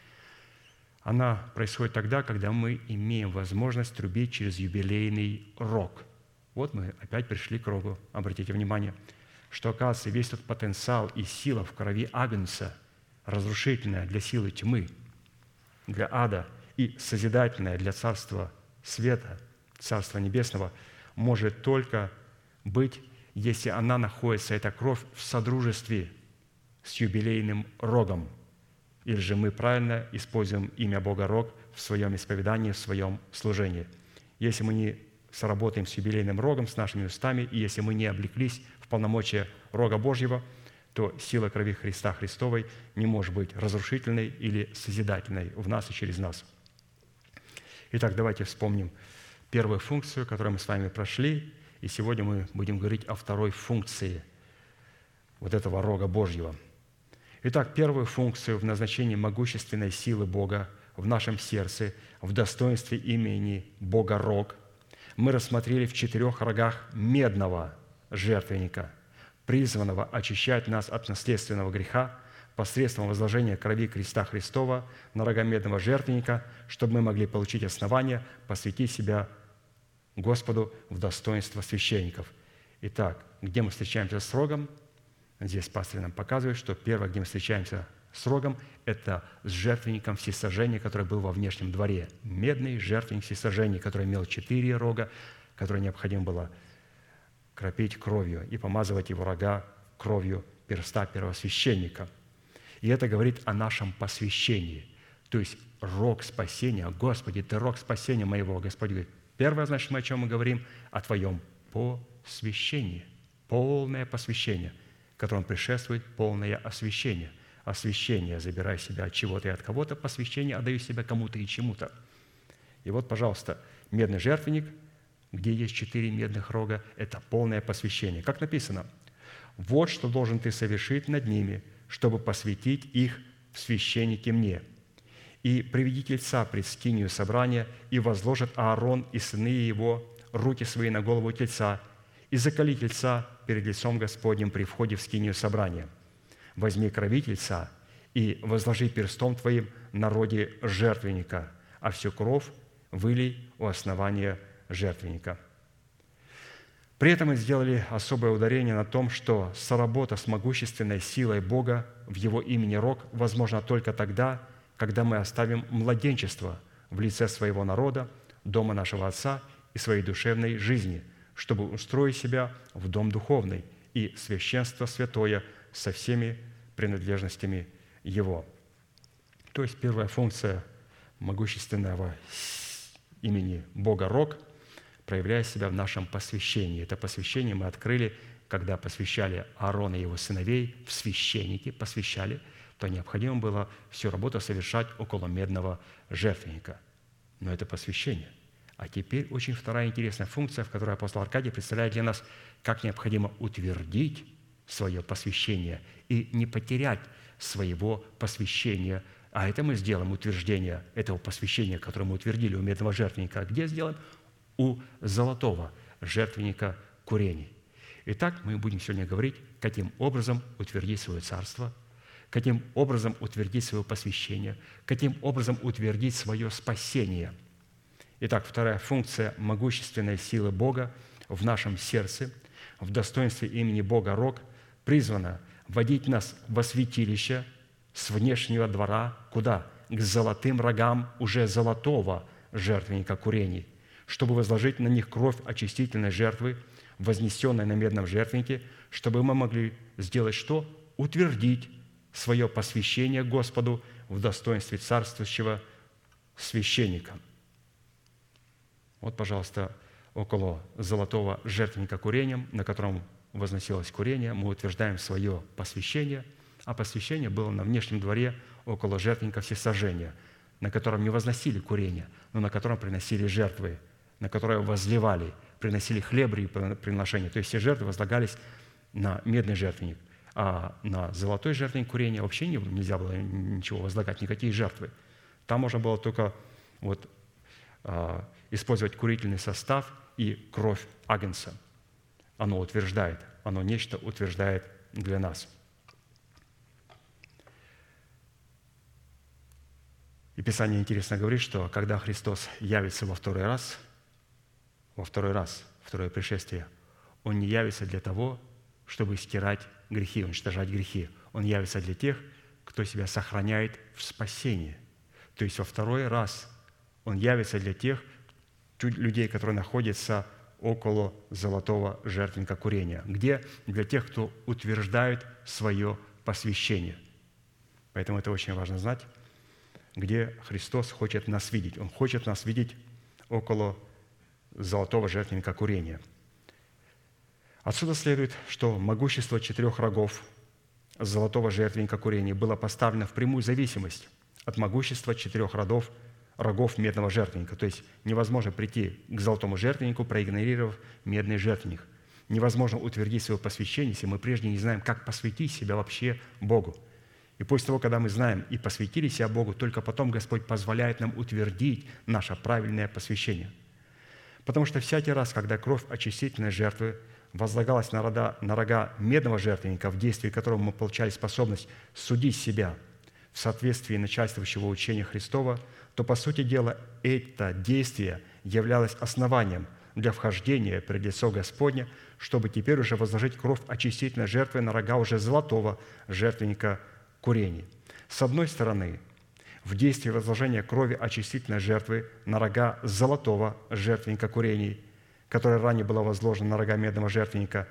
S1: Она происходит тогда, когда мы имеем возможность трубить через юбилейный рог. Вот мы опять пришли к рогу. Обратите внимание, что, оказывается, весь тот потенциал и сила в крови Агнца, разрушительная для силы тьмы, для ада и созидательная для царства света, царства небесного, может только быть, если она находится, эта кровь, в содружестве с юбилейным рогом. Или же мы правильно используем имя Бога Рог в своем исповедании, в своем служении. Если мы не сработаем с юбилейным рогом, с нашими устами, и если мы не облеклись в полномочия рога Божьего, то сила крови Христа Христовой не может быть разрушительной или созидательной в нас и через нас. Итак, давайте вспомним первую функцию, которую мы с вами прошли, и сегодня мы будем говорить о второй функции вот этого рога Божьего. Итак, первую функцию в назначении могущественной силы Бога в нашем сердце, в достоинстве имени Бога Рог, мы рассмотрели в четырех рогах медного жертвенника, призванного очищать нас от наследственного греха посредством возложения крови креста Христова на рога медного жертвенника, чтобы мы могли получить основание посвятить себя Господу в достоинство священников. Итак, где мы встречаемся с рогом? Здесь пастырь нам показывает, что первое, где мы встречаемся с рогом, это с жертвенником всесожжения, который был во внешнем дворе. Медный жертвенник всесожжения, который имел четыре рога, который необходимо было кропить кровью и помазывать его рога кровью перста первосвященника. И это говорит о нашем посвящении. То есть рог спасения. Господи, Ты рог спасения моего. Господь говорит, первое, значит, мы о чем мы говорим? О Твоем посвящении. Полное посвящение, которому предшествует полное освящение. Освящение, забирая себя от чего-то и от кого-то, посвящение, отдаю себя кому-то и чему-то. И вот, пожалуйста, медный жертвенник, где есть четыре медных рога, это полное посвящение. Как написано, «Вот что должен ты совершить над ними, чтобы посвятить их в священники мне. И приведи тельца пред скинию собрания, и возложат Аарон и сыны его руки свои на голову тельца, и заколи тельца перед лицом Господним при входе в скинию собрания. Возьми крови тельца и возложи перстом твоим на роде жертвенника, а всю кровь вылей у основания жертвенника». При этом мы сделали особое ударение на том, что соработа с могущественной силой Бога в Его имени Рог возможна только тогда, когда мы оставим младенчество в лице своего народа, дома нашего Отца и своей душевной жизни, чтобы устроить себя в дом духовный и священство святое со всеми принадлежностями Его. То есть первая функция могущественного имени Бога Рог – проявляя себя в нашем посвящении. Это посвящение мы открыли, когда посвящали Аарона и его сыновей в священники, посвящали, то необходимо было всю работу совершать около медного жертвенника. Но это посвящение. А теперь очень вторая интересная функция, в которой апостол Аркадий представляет для нас, как необходимо утвердить свое посвящение и не потерять своего посвящения. А это мы сделаем, утверждение этого посвящения, которое мы утвердили у медного жертвенника. А где сделаем? У золотого жертвенника курений. Итак, мы будем сегодня говорить, каким образом утвердить свое царство, каким образом утвердить свое посвящение, каким образом утвердить свое спасение. Итак, вторая функция могущественной силы Бога в нашем сердце, в достоинстве имени Бога Рог, призвана вводить нас во святилище с внешнего двора, куда? К золотым рогам уже золотого жертвенника курений, чтобы возложить на них кровь очистительной жертвы, вознесенной на медном жертвеннике, чтобы мы могли сделать что? Утвердить свое посвящение Господу в достоинстве царствующего священника. Вот, пожалуйста, около золотого жертвенника курением, на котором возносилось курение, мы утверждаем свое посвящение, а посвящение было на внешнем дворе около жертвенника всесожжения, на котором не возносили курение, но на котором приносили жертвы, на которые возливали, приносили хлеб и приношения. То есть все жертвы возлагались на медный жертвенник, а на золотой жертвенник курения вообще нельзя было ничего возлагать, никакие жертвы. Там можно было только вот, а, использовать курительный состав и кровь агнца. Оно утверждает, оно нечто утверждает для нас. И Писание интересно говорит, что когда Христос явится во второй раз, во второй раз, второе пришествие, Он не явится для того, чтобы стирать грехи, уничтожать грехи. Он явится для тех, кто себя сохраняет в спасении. То есть во второй раз Он явится для тех людей, которые находятся около золотого жертвенника курения. Где? Для тех, кто утверждает свое посвящение. Поэтому это очень важно знать, где Христос хочет нас видеть. Он хочет нас видеть около золотого жертвенника курения. Отсюда следует, что могущество четырех рогов золотого жертвенника курения было поставлено в прямую зависимость от могущества четырех родов, рогов медного жертвенника. То есть невозможно прийти к золотому жертвеннику, проигнорировав медный жертвенник. Невозможно утвердить свое посвящение, если мы прежде не знаем, как посвятить себя вообще Богу. И после того, когда мы знаем и посвятили себя Богу, только потом Господь позволяет нам утвердить наше правильное посвящение. Потому что всякий раз, когда кровь очистительной жертвы возлагалась на рога, на рога медного жертвенника, в действии которого мы получали способность судить себя в соответствии начальствующего учения Христова, то, по сути дела, это действие являлось основанием для вхождения пред лицо Господне, чтобы теперь уже возложить кровь очистительной жертвы на рога уже золотого жертвенника курений. С одной стороны, в действии возложения крови очистительной жертвы на рога золотого жертвенника курений, которая ранее была возложена на рога медного жертвенника,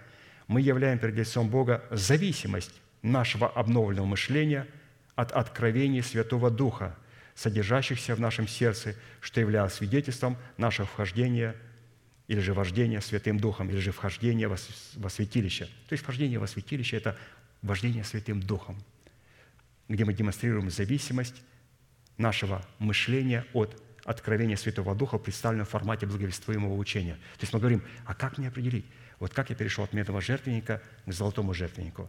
S1: Мы являем перед лицом Бога зависимость нашего обновленного мышления от откровений Святого Духа, содержащихся в нашем сердце, что являлось свидетельством нашего вхождения или же вождения Святым Духом, или же вхождения во святилище. То есть вхождение во святилище – это вождение Святым Духом, где мы демонстрируем зависимость нашего мышления от откровения Святого Духа, представленного в формате благовествуемого учения. То есть мы говорим, а как мне определить? Вот как я перешел от медного жертвенника к золотому жертвеннику?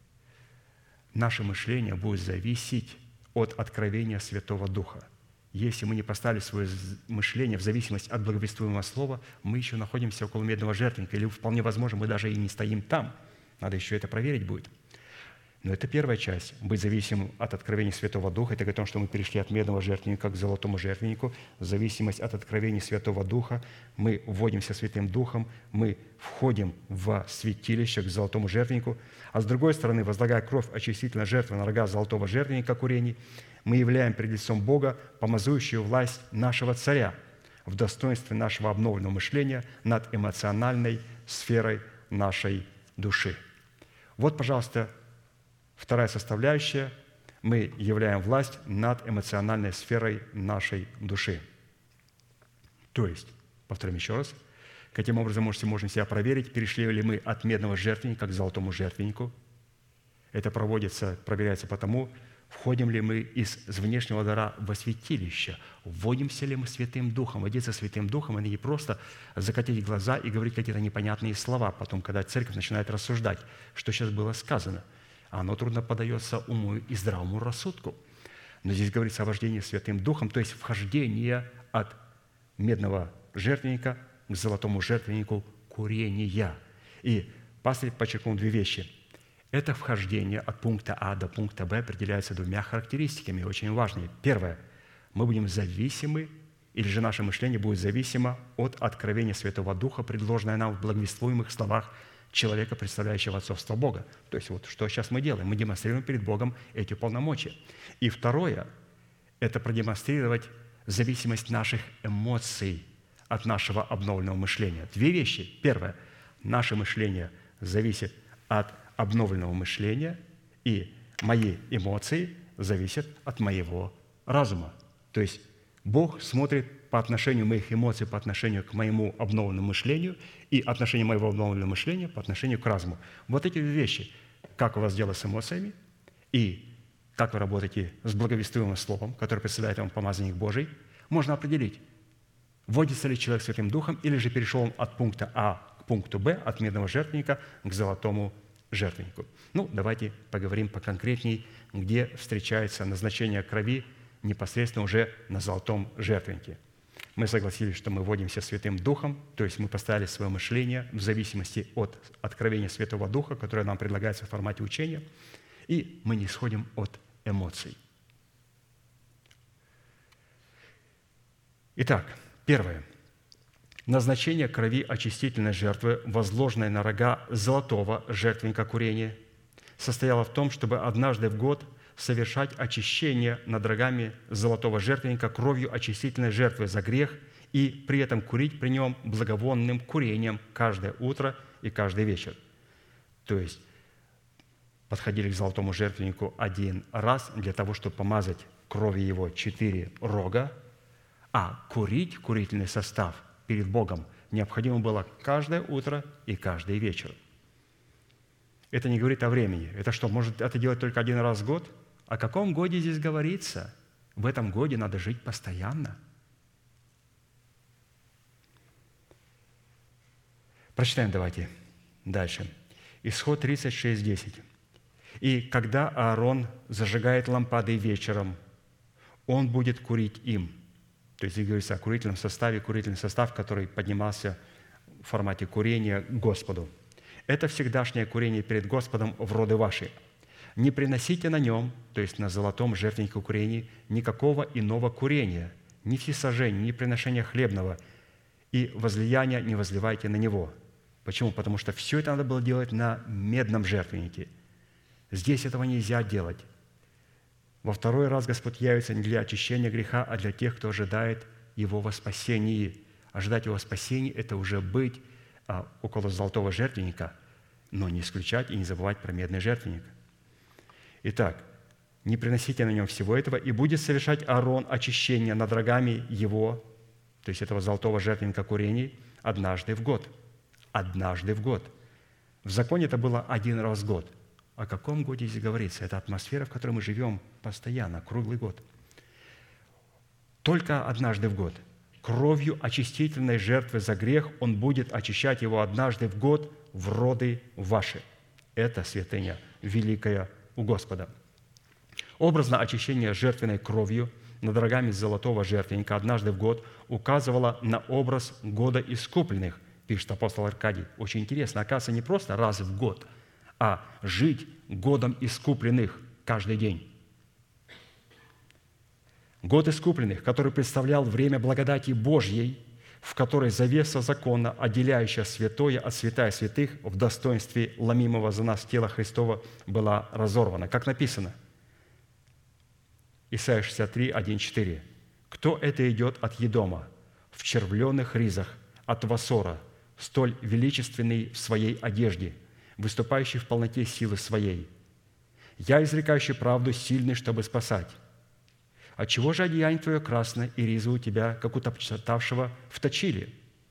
S1: Наше мышление будет зависеть от откровения Святого Духа. Если мы не поставили свое мышление в зависимость от благовествуемого слова, мы еще находимся около медного жертвенника, или вполне возможно, мы даже и не стоим там. Надо еще это проверить будет. Но это первая часть. Быть зависимым от откровения Святого Духа. Это говорит о том, что мы перешли от медного жертвенника к золотому жертвеннику. Зависимость от откровения Святого Духа. Мы вводимся Святым Духом. Мы входим в святилище к золотому жертвеннику. А с другой стороны, возлагая кровь очистительной жертвы на рога золотого жертвенника курений, мы являем перед лицом Бога помазующую власть нашего Царя в достоинстве нашего обновленного мышления над эмоциональной сферой нашей души. Вот, пожалуйста, вторая составляющая – мы являем власть над эмоциональной сферой нашей души. То есть, повторим еще раз, каким образом можете, можно себя проверить, перешли ли мы от медного жертвенника к золотому жертвеннику. Это проводится, проверяется потому, входим ли мы из внешнего дара во святилище, вводимся ли мы Святым Духом. Водиться Святым Духом – это не просто закатить глаза и говорить какие-то непонятные слова. Потом, когда церковь начинает рассуждать, что сейчас было сказано, оно трудно поддается уму и здравому рассудку. Но здесь говорится о вождении Святым Духом, то есть вхождение от медного жертвенника к золотому жертвеннику курения. И пастырь подчеркнул две вещи. Это вхождение от пункта А до пункта Б определяется двумя характеристиками, очень важными. Первое. Мы будем зависимы, или же наше мышление будет зависимо от откровения Святого Духа, предложенное нам в благовествуемых словах человека, представляющего отцовство Бога. То есть вот что сейчас мы делаем? Мы демонстрируем перед Богом эти полномочия. И второе – это продемонстрировать зависимость наших эмоций от нашего обновленного мышления. Две вещи. Первое – наше мышление зависит от обновленного мышления, и мои эмоции зависят от моего разума. То есть Бог смотрит по отношению моих эмоций, по отношению к моему обновленному мышлению, и отношение моего обновленного мышления по отношению к разуму. Вот эти вещи. Как у вас дело с эмоциями, и как вы работаете с благовествуемым словом, которое представляет вам помазанник Божий, можно определить, вводится ли человек Святым Духом, или же перешел он от пункта А к пункту Б, от медного жертвенника к золотому жертвеннику. Ну, давайте поговорим поконкретней, где встречается назначение крови непосредственно уже на золотом жертвеннике. Мы согласились, что мы вводимся Святым Духом, то есть мы поставили свое мышление в зависимости от откровения Святого Духа, которое нам предлагается в формате учения, и мы не исходим от эмоций. Итак, первое. Назначение крови очистительной жертвы, возложенной на рога золотого жертвенника курения, состояло в том, чтобы однажды в год совершать очищение над рогами золотого жертвенника кровью очистительной жертвы за грех и при этом курить при нем благовонным курением каждое утро и каждый вечер. То есть подходили к золотому жертвеннику один раз для того, чтобы помазать кровью его четыре рога, а курить, курительный состав перед Богом необходимо было каждое утро и каждый вечер. Это не говорит о времени. Это что, может это делать только один раз в год? О каком годе здесь говорится? В этом годе надо жить постоянно. Прочитаем давайте дальше. Исход тридцать шесть, десять. «И когда Аарон зажигает лампады вечером, он будет курить им». То есть здесь говорится о курительном составе, курительный состав, который поднимался в формате курения к Господу. «Это всегдашнее курение перед Господом в роды ваши. Не приносите на нем, то есть на золотом жертвеннике курения, никакого иного курения, ни всесожжения, ни приношения хлебного, и возлияния не возливайте на него». Почему? Потому что все это надо было делать на медном жертвеннике. Здесь этого нельзя делать. Во второй раз Господь явится не для очищения греха, а для тех, кто ожидает Его во спасении. Ожидать Его спасения – это уже быть а, около золотого жертвенника, но не исключать и не забывать про медный жертвенник. Итак, не приносите на нем всего этого, и будет совершать Аарон очищение над рогами его, то есть этого золотого жертвенника курений, однажды в год. Однажды в год. В законе это было один раз в год. О каком годе здесь говорится? Это атмосфера, в которой мы живем постоянно, круглый год. Только однажды в год. Кровью очистительной жертвы за грех он будет очищать его однажды в год в роды ваши. Это святыня великая у Господа. Образно очищение жертвенной кровью над рогами золотого жертвенника однажды в год указывало на образ года искупленных, пишет апостол Аркадий. Очень интересно, оказывается, не просто раз в год, а жить годом искупленных каждый день. Год искупленных, который представлял время благодати Божьей, в которой завеса закона, отделяющая святое от святая святых в достоинстве ломимого за нас тела Христова, была разорвана. Как написано, Исайя шестьдесят три, один, четыре. «Кто это идет от Едома, в червленых ризах, от Васора, столь величественный в своей одежде, выступающий в полноте силы своей? Я, изрекающий правду, сильный, чтобы спасать. Отчего же одеяние твое красное, и ризы у тебя, как у топтавшего, вточили?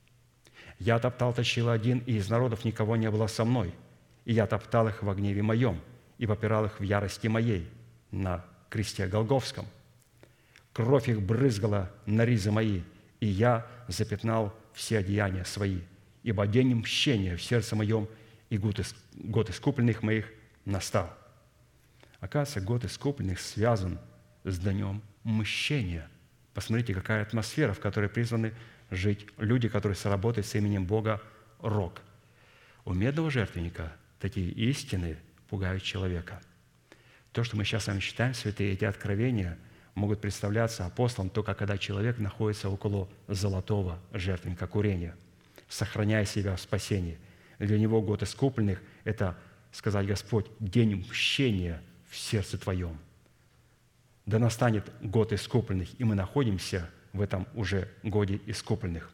S1: Я топтал, точил один, и из народов никого не было со мной, и я топтал их во гневе моем, и попирал их в ярости моей на кресте Голгофском. Кровь их брызгала на ризы мои, и я запятнал все одеяния свои, ибо день мщения в сердце моем, и год искупленных моих настал». Оказывается, год искупленных связан с днем мщения. Посмотрите, какая атмосфера, в которой призваны жить люди, которые соработают с именем Бога Рог. У медного жертвенника такие истины пугают человека. То, что мы сейчас с вами читаем, святые, эти откровения могут представляться апостолам только когда человек находится около золотого жертвенника курения, сохраняя себя в спасении. Для него год искупленных – это, сказать Господь, день мщения в сердце твоем. Да настанет год искупленных, и мы находимся в этом уже годе искупленных.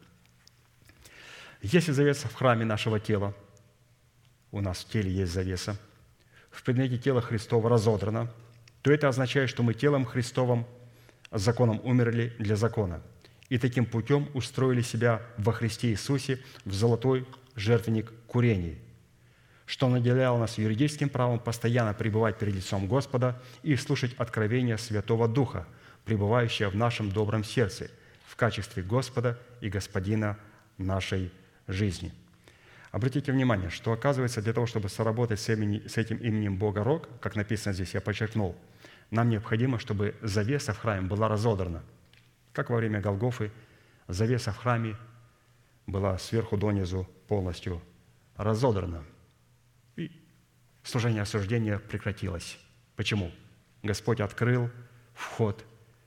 S1: Если завеса в храме нашего тела, у нас в теле есть завеса, в предмете тела Христова разодрана, то это означает, что мы телом Христовым с законом умерли для закона, и таким путем устроили себя во Христе Иисусе в золотой жертвенник курений, что наделяло нас юридическим правом постоянно пребывать перед лицом Господа и слушать откровения Святого Духа, пребывающего в нашем добром сердце, в качестве Господа и Господина нашей жизни. Обратите внимание, что, оказывается, для того, чтобы соработать с, имени, с этим именем Бога Рог, как написано здесь, я подчеркнул, нам необходимо, чтобы завеса в храме была разодрана. Как во время Голгофы завеса в храме была сверху донизу полностью разодрана. И служение осуждения прекратилось. Почему? Господь открыл вход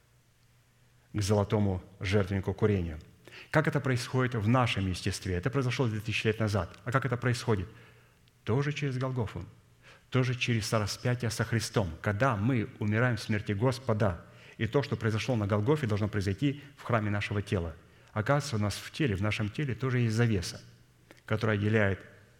S1: к золотому жертвеннику курения. Как это происходит в нашем естестве? Это произошло две тысячи лет назад. А как это происходит? Тоже через Голгофу, тоже через распятие со Христом. Когда мы умираем в смерти Господа, и то, что произошло на Голгофе, должно произойти в храме нашего тела. Оказывается, у нас в теле, в нашем теле тоже есть завеса, которая отделяет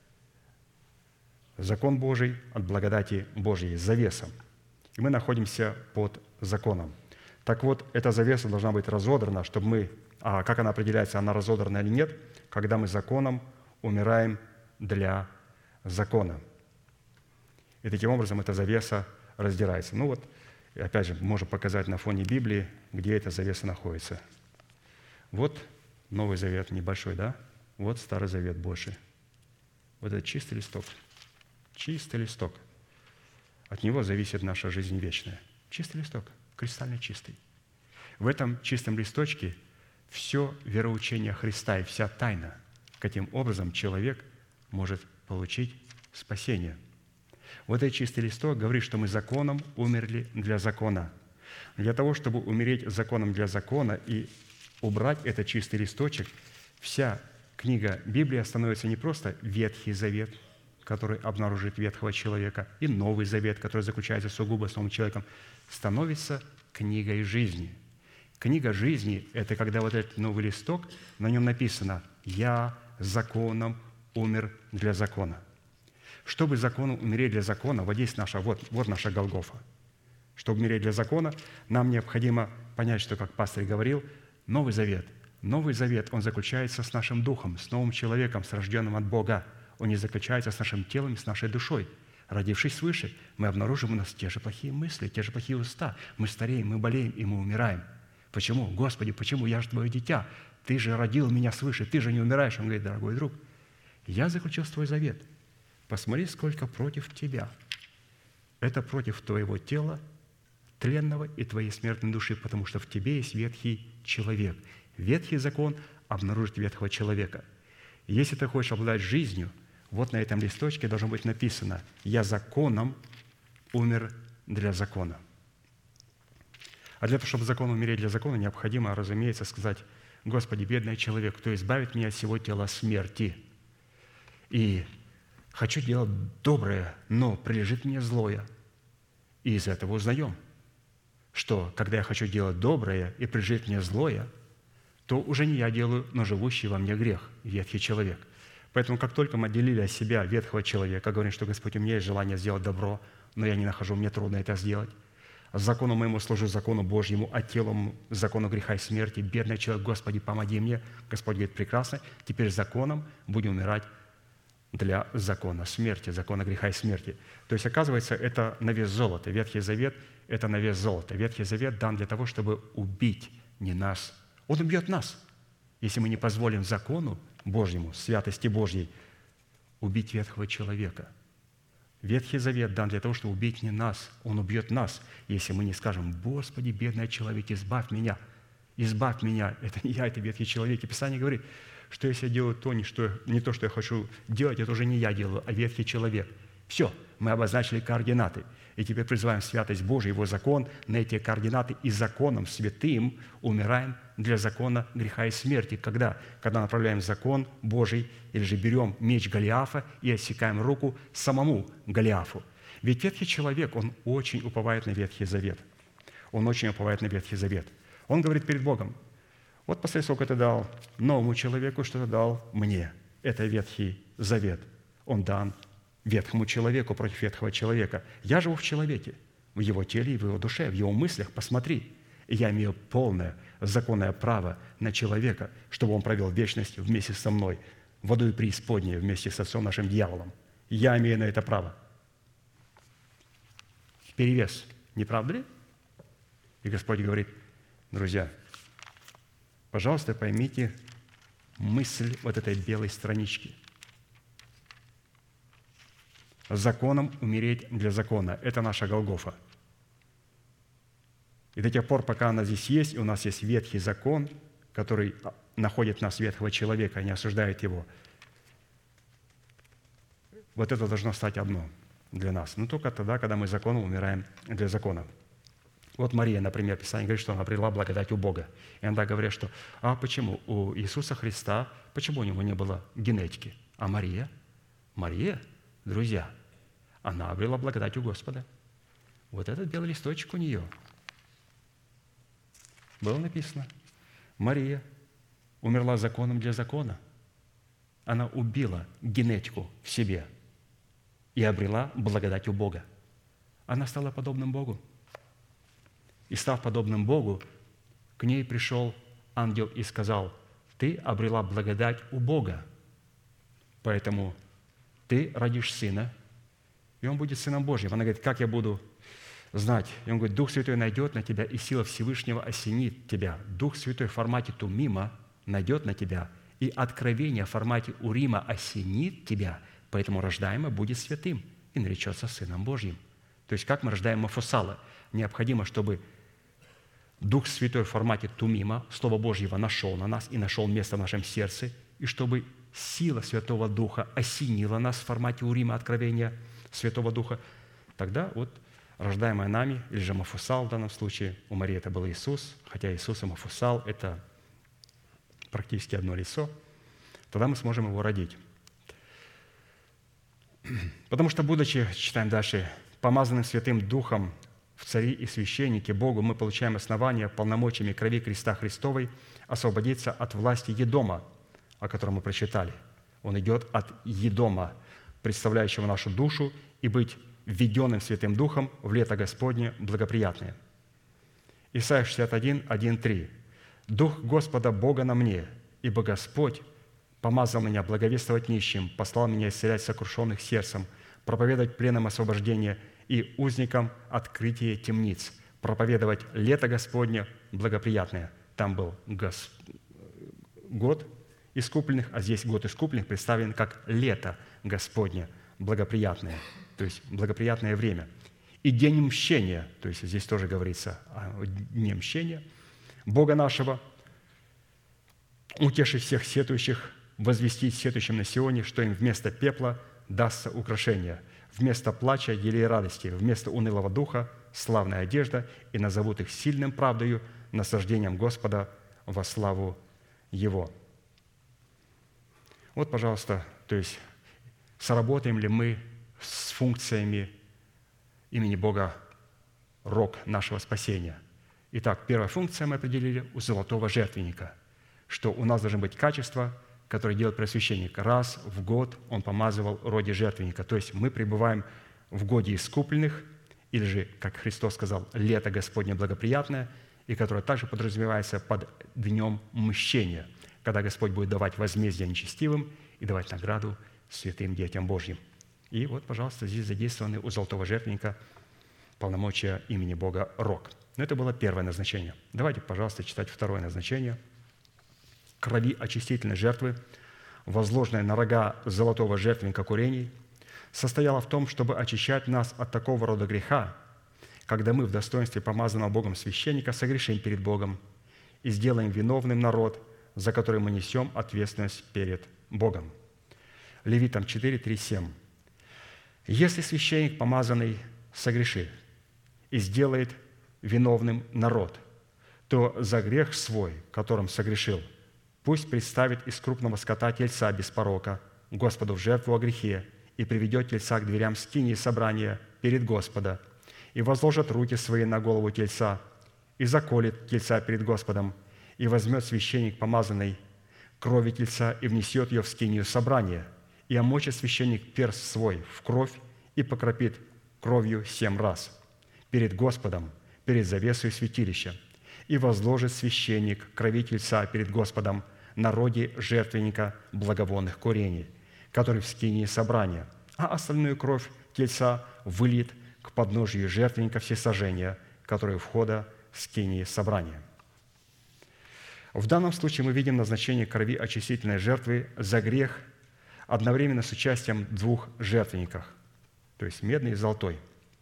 S1: закон Божий от благодати Божьей, завеса. И мы находимся под законом. Так вот, эта завеса должна быть разодрана, чтобы мы... А как она определяется, она разодрана или нет? Когда мы законом умираем для закона. И таким образом эта завеса раздирается. Ну вот, опять же, можем показать на фоне Библии, где эта завеса находится. Вот Новый Завет небольшой, да? Вот Старый Завет больше. Вот это чистый листок. Чистый листок. От него зависит наша жизнь вечная. Чистый листок, кристально чистый. В этом чистом листочке все вероучение Христа и вся тайна, каким образом человек может получить спасение. Вот этот чистый листок говорит, что мы законом умерли для закона. Для того, чтобы умереть законом для закона и убрать этот чистый листочек, вся книга Библии становится не просто Ветхий Завет, который обнаружит ветхого человека, и Новый Завет, который заключается сугубо с новым человеком, становится книгой жизни. Книга жизни – это когда вот этот новый листок, на нем написано «Я законом умер для закона». Чтобы закону умереть для закона, вот здесь наша, вот, вот наша Голгофа. Чтобы умереть для закона, нам необходимо понять, что, как пастор говорил, Новый Завет. Новый Завет, он заключается с нашим духом, с новым человеком, с рожденным от Бога. Он не заключается с нашим телом и с нашей душой. Родившись свыше, мы обнаружим у нас те же плохие мысли, те же плохие уста. Мы стареем, мы болеем и мы умираем. Почему? Господи, почему? Я же Твое дитя. Ты же родил меня свыше, Ты же не умираешь. Он говорит: дорогой друг, я заключил Твой завет. Посмотри, сколько против тебя. Это против твоего тела, тленного, и твоей смертной души, потому что в тебе есть ветхий человек. Ветхий закон обнаружит ветхого человека. Если ты хочешь обладать жизнью, вот на этом листочке должно быть написано: «Я законом умер для закона». А для того, чтобы закон умереть для закона, необходимо, разумеется, сказать: «Господи, бедный человек, кто избавит меня от всего тела смерти? И хочу делать доброе, но прилежит мне злое». И из этого узнаем, что когда я хочу делать доброе и прилежит мне злое, то уже не я делаю, но живущий во мне грех, ветхий человек. Поэтому, как только мы отделили от себя ветхого человека, говорим, что Господь, у меня есть желание сделать добро, но я не нахожу, мне трудно это сделать. Закону моему служу, закону Божьему, а телом закону греха и смерти. Бедный человек, Господи, помоги мне. Господь говорит: прекрасно, теперь законом будем умирать для закона смерти, закона греха и смерти. То есть, оказывается, это на вес золота. Ветхий Завет – это на вес золота. Ветхий Завет дан для того, чтобы убить не нас. Он убьет нас, если мы не позволим закону Божьему, святости Божьей, убить ветхого человека. Ветхий Завет дан для того, чтобы убить не нас. Он убьет нас, если мы не скажем: «Господи, бедный человек, избавь меня, избавь меня». Это не я, это ветхий человек. И Писание говорит, что если я делаю то, не, что, не то, что я хочу делать, это уже не я делаю, а ветхий человек. Все, мы обозначили координаты. И теперь призываем святость Божию, Его закон на эти координаты, и законом святым умираем для закона греха и смерти. Когда? Когда направляем закон Божий, или же берем меч Голиафа и отсекаем руку самому Голиафу. Ведь ветхий человек, он очень уповает на Ветхий Завет. Он очень уповает на Ветхий Завет. Он говорит перед Богом: вот посмотри, сколько ты дал новому человеку, что ты дал мне. Это Ветхий Завет. Он дан ветхому человеку против ветхого человека. Я живу в человеке, в его теле и в его душе, в его мыслях. Посмотри, и я имею полное законное право на человека, чтобы он провел вечность вместе со мной, в аду и преисподней вместе с отцом нашим дьяволом. Я имею на это право. Перевес, не правда ли? И Господь говорит: друзья, пожалуйста, поймите мысль вот этой белой странички. Законом умереть для закона. Это наша Голгофа. И до тех пор, пока она здесь есть, и у нас есть ветхий закон, который находит в нас ветхого человека, не осуждает его, вот это должно стать одно для нас. Но только тогда, когда мы законом умираем для закона. Вот Мария, например, Писание говорит, что она обрела благодать у Бога. И иногда говорят, что а почему у Иисуса Христа, почему у него не было генетики? А Мария? Мария, друзья, она обрела благодать у Господа. Вот этот белый листочек у нее. Было написано: Мария умерла законом для закона. Она убила генетику в себе и обрела благодать у Бога. Она стала подобным Богу. И став подобным Богу, к ней пришел ангел и сказал: ты обрела благодать у Бога, поэтому ты родишь сына, и он будет сыном Божьим. Она говорит: как я буду знать? И он говорит: Дух Святой найдет на тебя, и сила Всевышнего осенит тебя. Дух Святой в формате тумима найдет на тебя, и откровение в формате урима осенит тебя, поэтому рождаемый будет святым и наречется сыном Божьим. То есть как мы рождаем Мафусала? Необходимо, чтобы Дух Святой в формате тумима, Слово Божьего, нашел на нас и нашел место в нашем сердце, и чтобы сила Святого Духа осенила нас в формате урима, откровения Святого Духа, тогда вот рождаемая нами, или же Мафусал в данном случае, у Марии это был Иисус, хотя Иисус и Мафусал – это практически одно лицо, тогда мы сможем его родить. Потому что, будучи, читаем дальше, помазанным Святым Духом в цари и священники Богу, мы получаем основание полномочиями крови креста Христовой освободиться от власти Едома, о котором мы прочитали. Он идет от Едома. представляющего нашу душу, и быть введенным Святым Духом в лето Господне благоприятное». Исайя шестьдесят один, один, три. «Дух Господа Бога на мне, ибо Господь помазал меня благовествовать нищим, послал меня исцелять сокрушенных сердцем, проповедовать пленным освобождение и узникам открытие темниц, проповедовать лето Господне благоприятное». Там был гос... год искупленных, а здесь год искупленных представлен как лето Господне благоприятное, то есть благоприятное время. И день мщения, то есть здесь тоже говорится о дне мщения, Бога нашего, утешить всех сетующих, возвестить сетующим на Сионе, что им вместо пепла дастся украшение, вместо плача елей радости, вместо унылого духа славная одежда, и назовут их сильным правдою, насаждением Господа во славу Его. Вот, пожалуйста, то есть сработаем ли мы с функциями имени Бога Рог нашего спасения. Итак, первая функция мы определили у золотого жертвенника, что у нас должны быть качества, которые делает первосвященник. Раз в год он помазывал роги жертвенника. То есть мы пребываем в годе искупленных, или же, как Христос сказал, лето Господне благоприятное, и которое также подразумевается под днем мщения, когда Господь будет давать возмездие нечестивым и давать награду святым детям Божьим. И вот, пожалуйста, здесь задействованы у золотого жертвенника полномочия имени Бога Рог. Но это было первое назначение. Давайте, пожалуйста, читать второе назначение. Крови очистительной жертвы, возложенной на рога золотого жертвенника курений, состояла в том, чтобы очищать нас от такого рода греха, когда мы в достоинстве помазанного Богом священника согрешим перед Богом и сделаем виновным народ, за который мы несем ответственность перед Богом. Левитам четыре, три, семь. «Если священник, помазанный, согрешит и сделает виновным народ, то за грех свой, которым согрешил, пусть представит из крупного скота тельца без порока Господу в жертву о грехе и приведет тельца к дверям скинии собрания перед Господа, и возложит руки свои на голову тельца, и заколет тельца перед Господом, и возьмет священник, помазанный, крови тельца, и внесет ее в скинию собрания, и омочит священник перст свой в кровь и покропит кровью семь раз перед Господом, перед завесой святилища, и возложит священник крови тельца перед Господом на роги жертвенника благовонных курений, который в скинии собрания, а остальную кровь тельца выльет к подножию жертвенника всесожжения, который у входа в скинии собрания». В данном случае мы видим назначение крови очистительной жертвы за грех одновременно с участием двух жертвенников, то есть медный и золотой,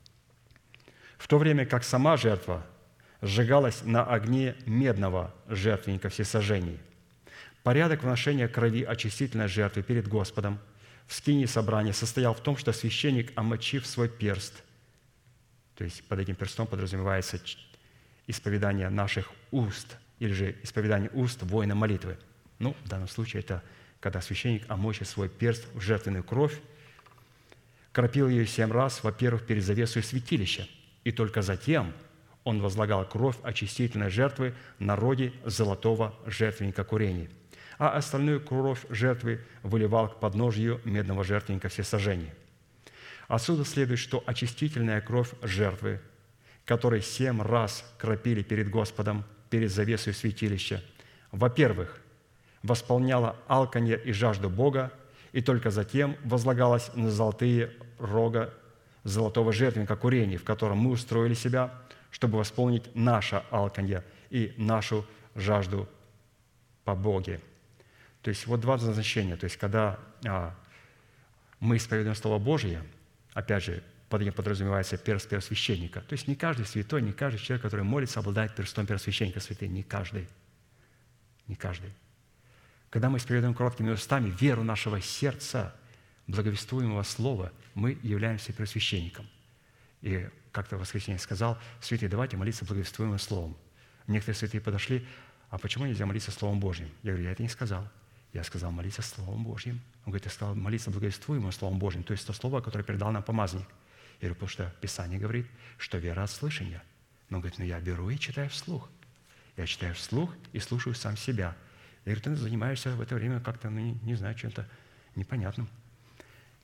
S1: в то время как сама жертва сжигалась на огне медного жертвенника всесожжений. Порядок вношения крови очистительной жертвы перед Господом в скинии собрания состоял в том, что священник, омочив свой перст, то есть под этим перстом подразумевается исповедание наших уст, или же исповедание уст воина молитвы. Ну, в данном случае это когда священник омочит свой перст в жертвенную кровь, кропил ее семь раз, во-первых, перед завесой святилища, и только затем он возлагал кровь очистительной жертвы на роги золотого жертвенника курений, а остальную кровь жертвы выливал к подножию медного жертвенника всесожжения. Отсюда следует, что очистительная кровь жертвы, которой семь раз кропили перед Господом, перед завесой святилища, во-первых, восполняла алканье и жажду Бога, и только затем возлагалась на золотые рога золотого жертвенника курений, в котором мы устроили себя, чтобы восполнить наше алканье и нашу жажду по Боге. То есть вот два назначения. То есть когда а, мы исповедуем Слово Божие, опять же, под этим подразумевается перст первосвященника. То есть не каждый святой, не каждый человек, который молится, обладает перстом первосвященника святый. Не каждый. Не каждый. Когда мы исповедуем короткими устами веру нашего сердца, благовествуемого слова, мы являемся первосвященником. И как-то в воскресенье сказал: святые, давайте молиться благовествуемым словом. Некоторые святые подошли: а почему нельзя молиться Словом Божьим? Я говорю: я это не сказал. Я сказал молиться Словом Божьим. Он говорит: я сказал молиться благовествуемым Словом Божьим, то есть то слово, которое передал нам помазанник. Я говорю: потому что Писание говорит, что вера от слышания. Но он говорит: ну я беру и читаю вслух. Я читаю вслух и слушаю сам себя. Я говорю: ты занимаешься в это время как-то, ну, не, не знаю, чем-то непонятным.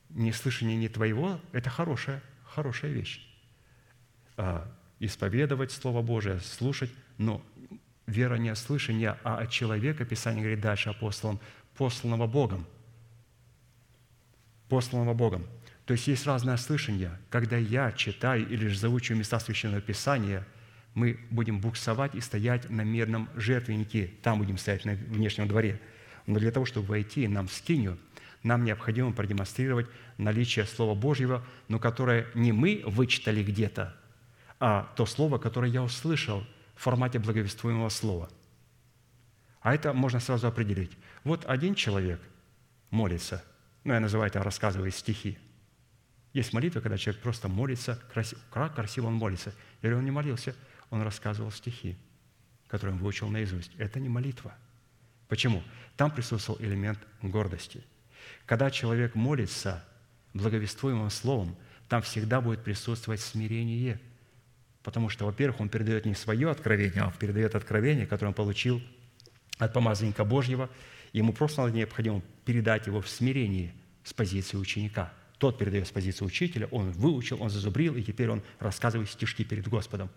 S1: неслышание не твоего – это хорошая, хорошая вещь. А исповедовать Слово Божие, слушать, но вера не от слышания, а от человека, Писание говорит дальше апостолам, посланного Богом. Посланного Богом. То есть есть разное слышание. Когда я читаю или же заучиваю места Священного Писания, мы будем буксовать и стоять на мирном жертвеннике. Там будем стоять на внешнем дворе. Но для того, чтобы войти нам в скинию, нам необходимо продемонстрировать наличие Слова Божьего, но которое не мы вычитали где-то, а то слово, которое я услышал в формате благовествуемого слова. А это можно сразу определить. Вот один человек молится, ну, я называю это, рассказывает стихи. Есть молитва, когда человек просто молится, красиво, как красиво он молится. Или он не молился, он рассказывал стихи, которые он выучил наизусть. Это не молитва. Почему? Там присутствовал элемент гордости. Когда человек молится благовествуемым словом, там всегда будет присутствовать смирение. Потому что, во-первых, он передает не свое откровение, а он передает откровение, которое он получил от помазанника Божьего. Ему просто необходимо передать его в смирении с позиции ученика. Тот передает с позиции учителя, он выучил, он зазубрил, и теперь он рассказывает стишки перед Господом.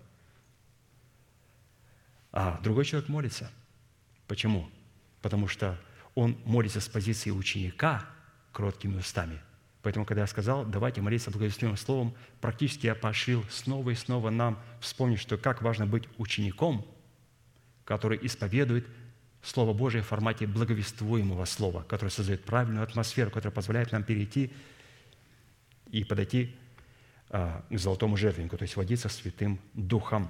S1: А другой человек молится. Почему? Потому что он молится с позиции ученика кроткими устами. Поэтому, когда я сказал, давайте молиться благовествуемым словом, практически я поощрил снова и снова нам вспомнить, что как важно быть учеником, который исповедует Слово Божие в формате благовествуемого слова, которое создает правильную атмосферу, которая позволяет нам перейти и подойти а, к золотому жертвеннику, то есть водиться Святым Духом.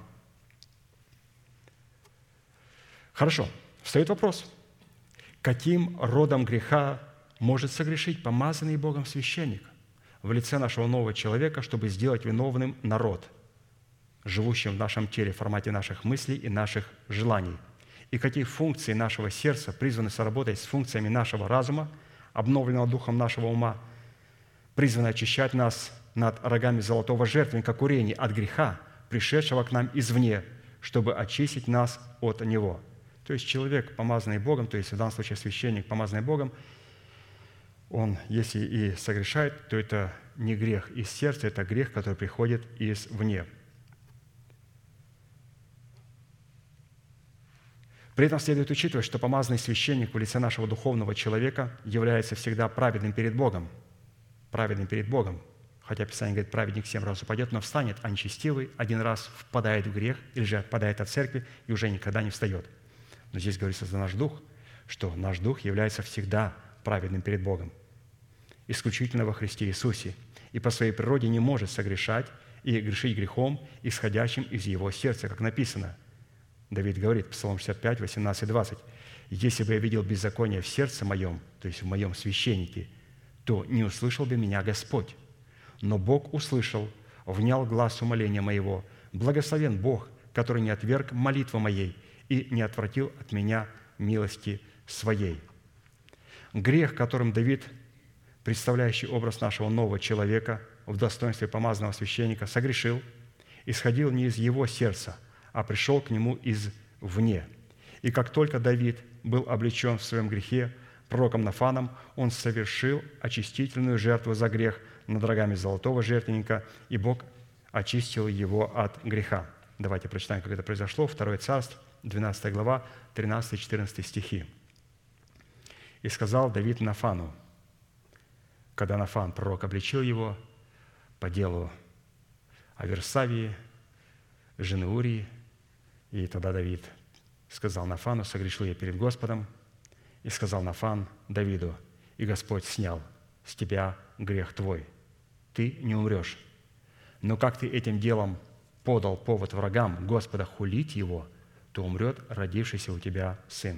S1: Хорошо. Встает вопрос. Каким родом греха может согрешить помазанный Богом священник в лице нашего нового человека, чтобы сделать виновным народ, живущий в нашем теле в формате наших мыслей и наших желаний? И какие функции нашего сердца призваны соработать с функциями нашего разума, обновленного духом нашего ума, призваны очищать нас над рогами золотого жертвенника курения от греха, пришедшего к нам извне, чтобы очистить нас от него. То есть человек, помазанный Богом, то есть в данном случае священник, помазанный Богом, он, если и согрешает, то это не грех из сердца, это грех, который приходит извне. При этом следует учитывать, что помазанный священник в лице нашего духовного человека является всегда праведным перед Богом. Праведным перед Богом. Хотя Писание говорит, праведник семь раз упадет, но встанет, а нечестивый один раз впадает в грех или же отпадает от церкви и уже никогда не встает. Но здесь говорится за наш дух, что наш дух является всегда праведным перед Богом, исключительно во Христе Иисусе, и по своей природе не может согрешать и грешить грехом, исходящим из его сердца, как написано. Давид говорит, Псалом шестьдесят пять, восемнадцать, двадцать, «Если бы я видел беззаконие в сердце моем, то есть в моем священнике, то не услышал бы меня Господь. Но Бог услышал, внял глас умоления моего. Благословен Бог, который не отверг молитвы моей и не отвратил от меня милости своей». Грех, которым Давид, представляющий образ нашего нового человека в достоинстве помазанного священника, согрешил, исходил не из его сердца, а пришел к нему извне. И как только Давид был облечен в своем грехе пророком Нафаном, он совершил очистительную жертву за грех над рогами золотого жертвенника, и Бог очистил его от греха. Давайте прочитаем, как это произошло. Второе Царств, двенадцатая глава, тринадцатый-четырнадцатый стихи. «И сказал Давид Нафану, когда Нафан, пророк, обличил его по делу о Версавии, жены Урии, и тогда Давид сказал Нафану, согрешил я перед Господом, и сказал Нафан Давиду, и Господь снял с тебя грех твой, ты не умрешь. Но как ты этим делом подал повод врагам Господа хулить его, то умрет родившийся у тебя сын».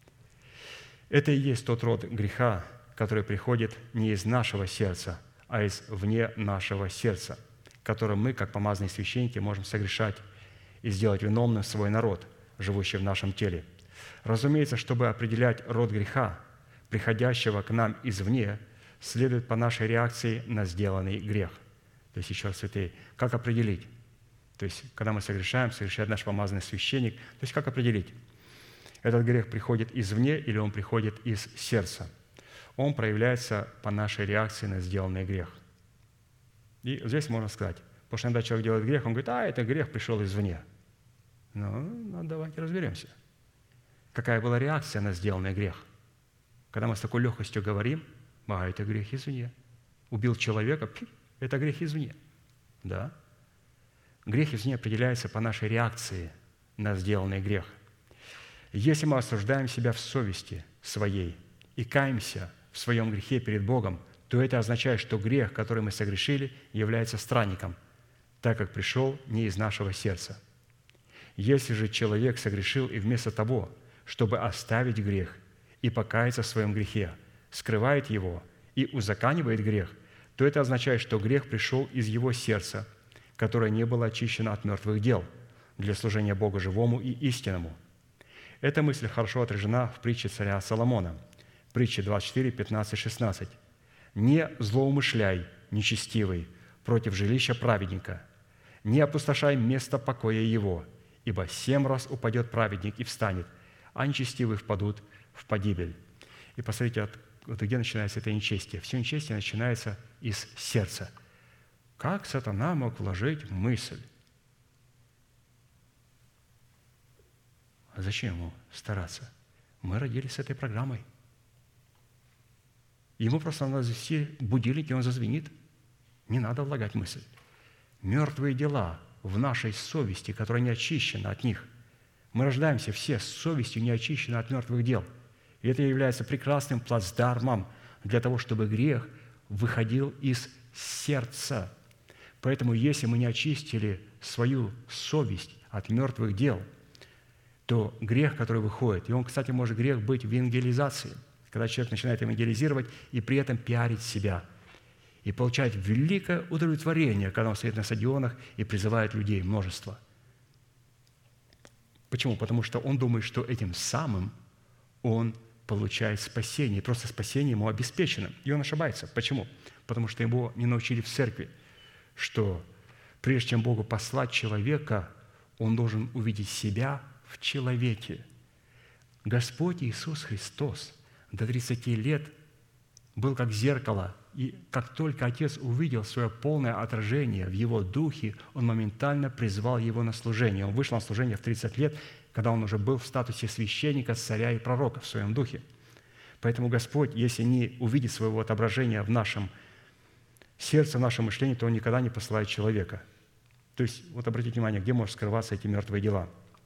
S1: Это и есть тот род греха, который приходит не из нашего сердца, а из вне нашего сердца, которым мы, как помазанные священники, можем согрешать и сделать виновным свой народ, живущий в нашем теле. Разумеется, чтобы определять род греха, приходящего к нам извне, следует по нашей реакции на сделанный грех. То есть, еще раз, святые, как определить? То есть, когда мы согрешаем, совершает наш помазанный священник, то есть, как определить? Этот грех приходит извне или он приходит из сердца? он проявляется по нашей реакции на сделанный грех. И здесь можно сказать, потому что иногда человек делает грех, он говорит, а, это грех пришел извне. Ну, ну давайте разберемся. Какая была реакция на сделанный грех? Когда мы с такой легкостью говорим, а, это грех извне. Убил человека, это грех извне. Да? Грех извне определяется по нашей реакции на сделанный грех. Если мы осуждаем себя в совести своей и каемся в своем грехе перед Богом, то это означает, что грех, который мы согрешили, является странником, так как пришел не из нашего сердца. Если же человек согрешил и вместо того, чтобы оставить грех и покаяться в своем грехе, скрывает его и узаконивает грех, то это означает, что грех пришел из его сердца, которое не было очищено от мертвых дел для служения Богу живому и истинному. Эта мысль хорошо отражена в притче царя Соломона, притче двадцать четыре, пятнадцать, шестнадцать. «Не злоумышляй, нечестивый, против жилища праведника, не опустошай место покоя его, ибо семь раз упадет праведник и встанет, а нечестивые впадут в погибель». И посмотрите, от, вот где начинается это нечестие. Все нечестие начинается из сердца. Как сатана мог вложить мысль? А зачем ему стараться? Мы родились с этой программой. Ему просто надо завести будильник, и он зазвенит. Не надо влагать мысль. Мертвые дела в нашей совести, которая не очищена от них. Мы рождаемся все с совестью, не очищенной от мертвых дел. И это является прекрасным плацдармом для того, чтобы грех выходил из сердца. Поэтому, если мы не очистили свою совесть от мертвых дел, то грех, который выходит, и он, кстати, может грех быть в евангелизации, когда человек начинает евангелизировать и при этом пиарить себя, и получает великое удовлетворение, когда он стоит на стадионах и призывает людей множество. Почему? Потому что он думает, что этим самым он получает спасение, и просто спасение ему обеспечено. И он ошибается. Почему? Потому что его не научили в церкви, что прежде чем Богу послать человека, он должен увидеть себя в человеке. Господь Иисус Христос до тридцати лет был как зеркало, и как только Отец увидел свое полное отражение в Его Духе, Он моментально призвал Его на служение. Он вышел на служение в тридцать лет, когда Он уже был в статусе священника, царя и пророка в своем Духе. Поэтому Господь, если не увидит своего отображения в нашем сердце, в нашем мышлении, то Он никогда не посылает человека. То есть, вот обратите внимание, где могут скрываться эти мертвые дела.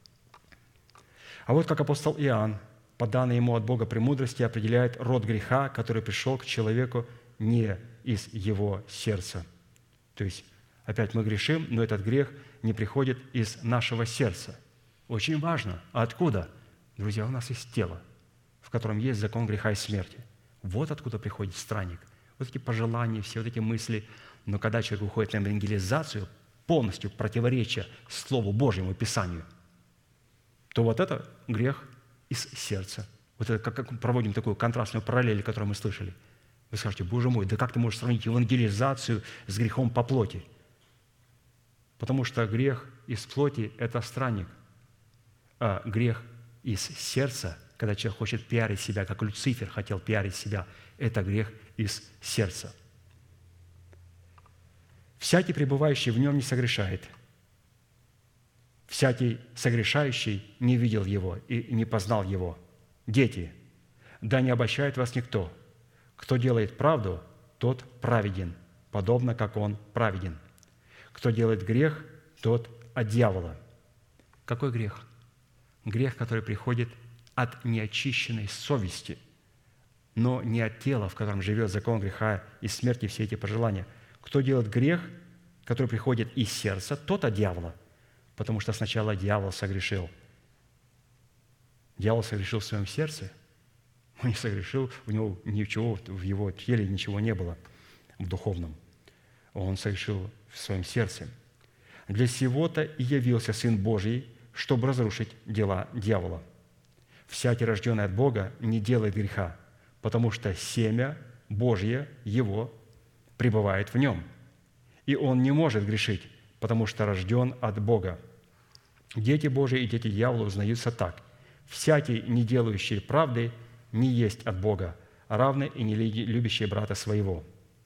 S1: А вот как апостол Иоанн, по данной ему от Бога премудрости, определяет род греха, который пришел к человеку не из его сердца. То есть, опять мы грешим, но этот грех не приходит из нашего сердца. Очень важно. А откуда? Друзья, у нас есть тело, в котором есть закон греха и смерти. Вот откуда приходит странник. Вот эти пожелания, все вот эти мысли. Но когда человек уходит на евангелизацию, полностью противоречия Слову Божьему, Писанию, то вот это грех из сердца. Вот это как, как проводим такую контрастную параллель, которую мы слышали. Вы скажете, Боже мой, да как ты можешь сравнить евангелизацию с грехом по плоти? Потому что грех из плоти – это странник, а грех из сердца, когда человек хочет пиарить себя, как Люцифер хотел пиарить себя, это грех из сердца. «Всякий, пребывающий в нем, не согрешает. Всякий согрешающий не видел его и не познал его. Дети, да не обольщает вас никто. Кто делает правду, тот праведен, подобно как он праведен. Кто делает грех, тот от дьявола». Какой грех? Грех, который приходит от неочищенной совести, но не от тела, в котором живет закон греха и смерти, все эти пожелания. Кто делает грех, который приходит из сердца, тот от дьявола, потому что сначала дьявол согрешил. Дьявол согрешил в своем сердце, он не согрешил, у него ничего, в его теле ничего не было в духовном. Он согрешил в своем сердце. «Для сего-то и явился Сын Божий, чтобы разрушить дела дьявола. Всякий, рожденный от Бога, не делает греха, потому что семя Божье его пребывает в нем, и он не может грешить, потому что рожден от Бога. Дети Божии и дети дьявола узнаются так: всякий, не делающий правды, не есть от Бога, равны и не любящие брата своего.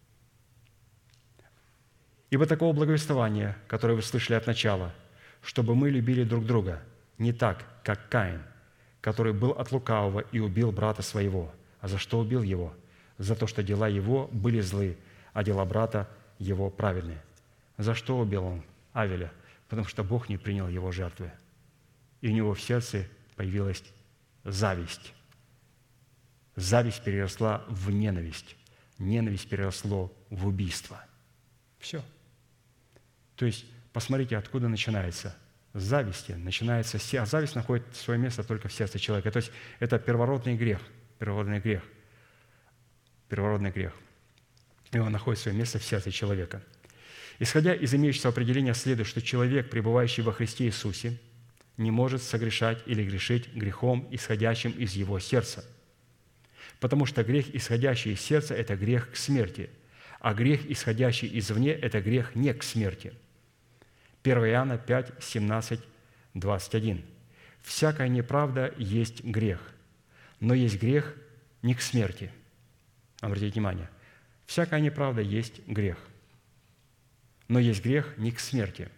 S1: Ибо такого благовествования, которое вы слышали от начала, чтобы мы любили друг друга, не так, как Каин, который был от лукавого и убил брата своего. А за что убил его? За то, что дела его были злы, а дела брата его праведные. За что убил он Авеля? Потому что Бог не принял его жертвы. И у него в сердце появилась зависть. Зависть переросла в ненависть. Ненависть переросло в убийство. Все. То есть, посмотрите, откуда начинается. С зависти начинается... А зависть находит свое место только в сердце человека. То есть, это первородный грех. Первородный грех. Первородный грех. И он находит свое место в сердце человека. Исходя из имеющегося определения, следует, что человек, пребывающий во Христе Иисусе, не может согрешать или грешить грехом, исходящим из его сердца. Потому что грех, исходящий из сердца, это грех к смерти, а грех, исходящий извне, это грех не к смерти. первое Иоанна пять, семнадцать, двадцать один. «Всякая неправда есть грех, но есть грех не к смерти». Обратите внимание. «Всякая неправда есть грех, но есть грех не к смерти».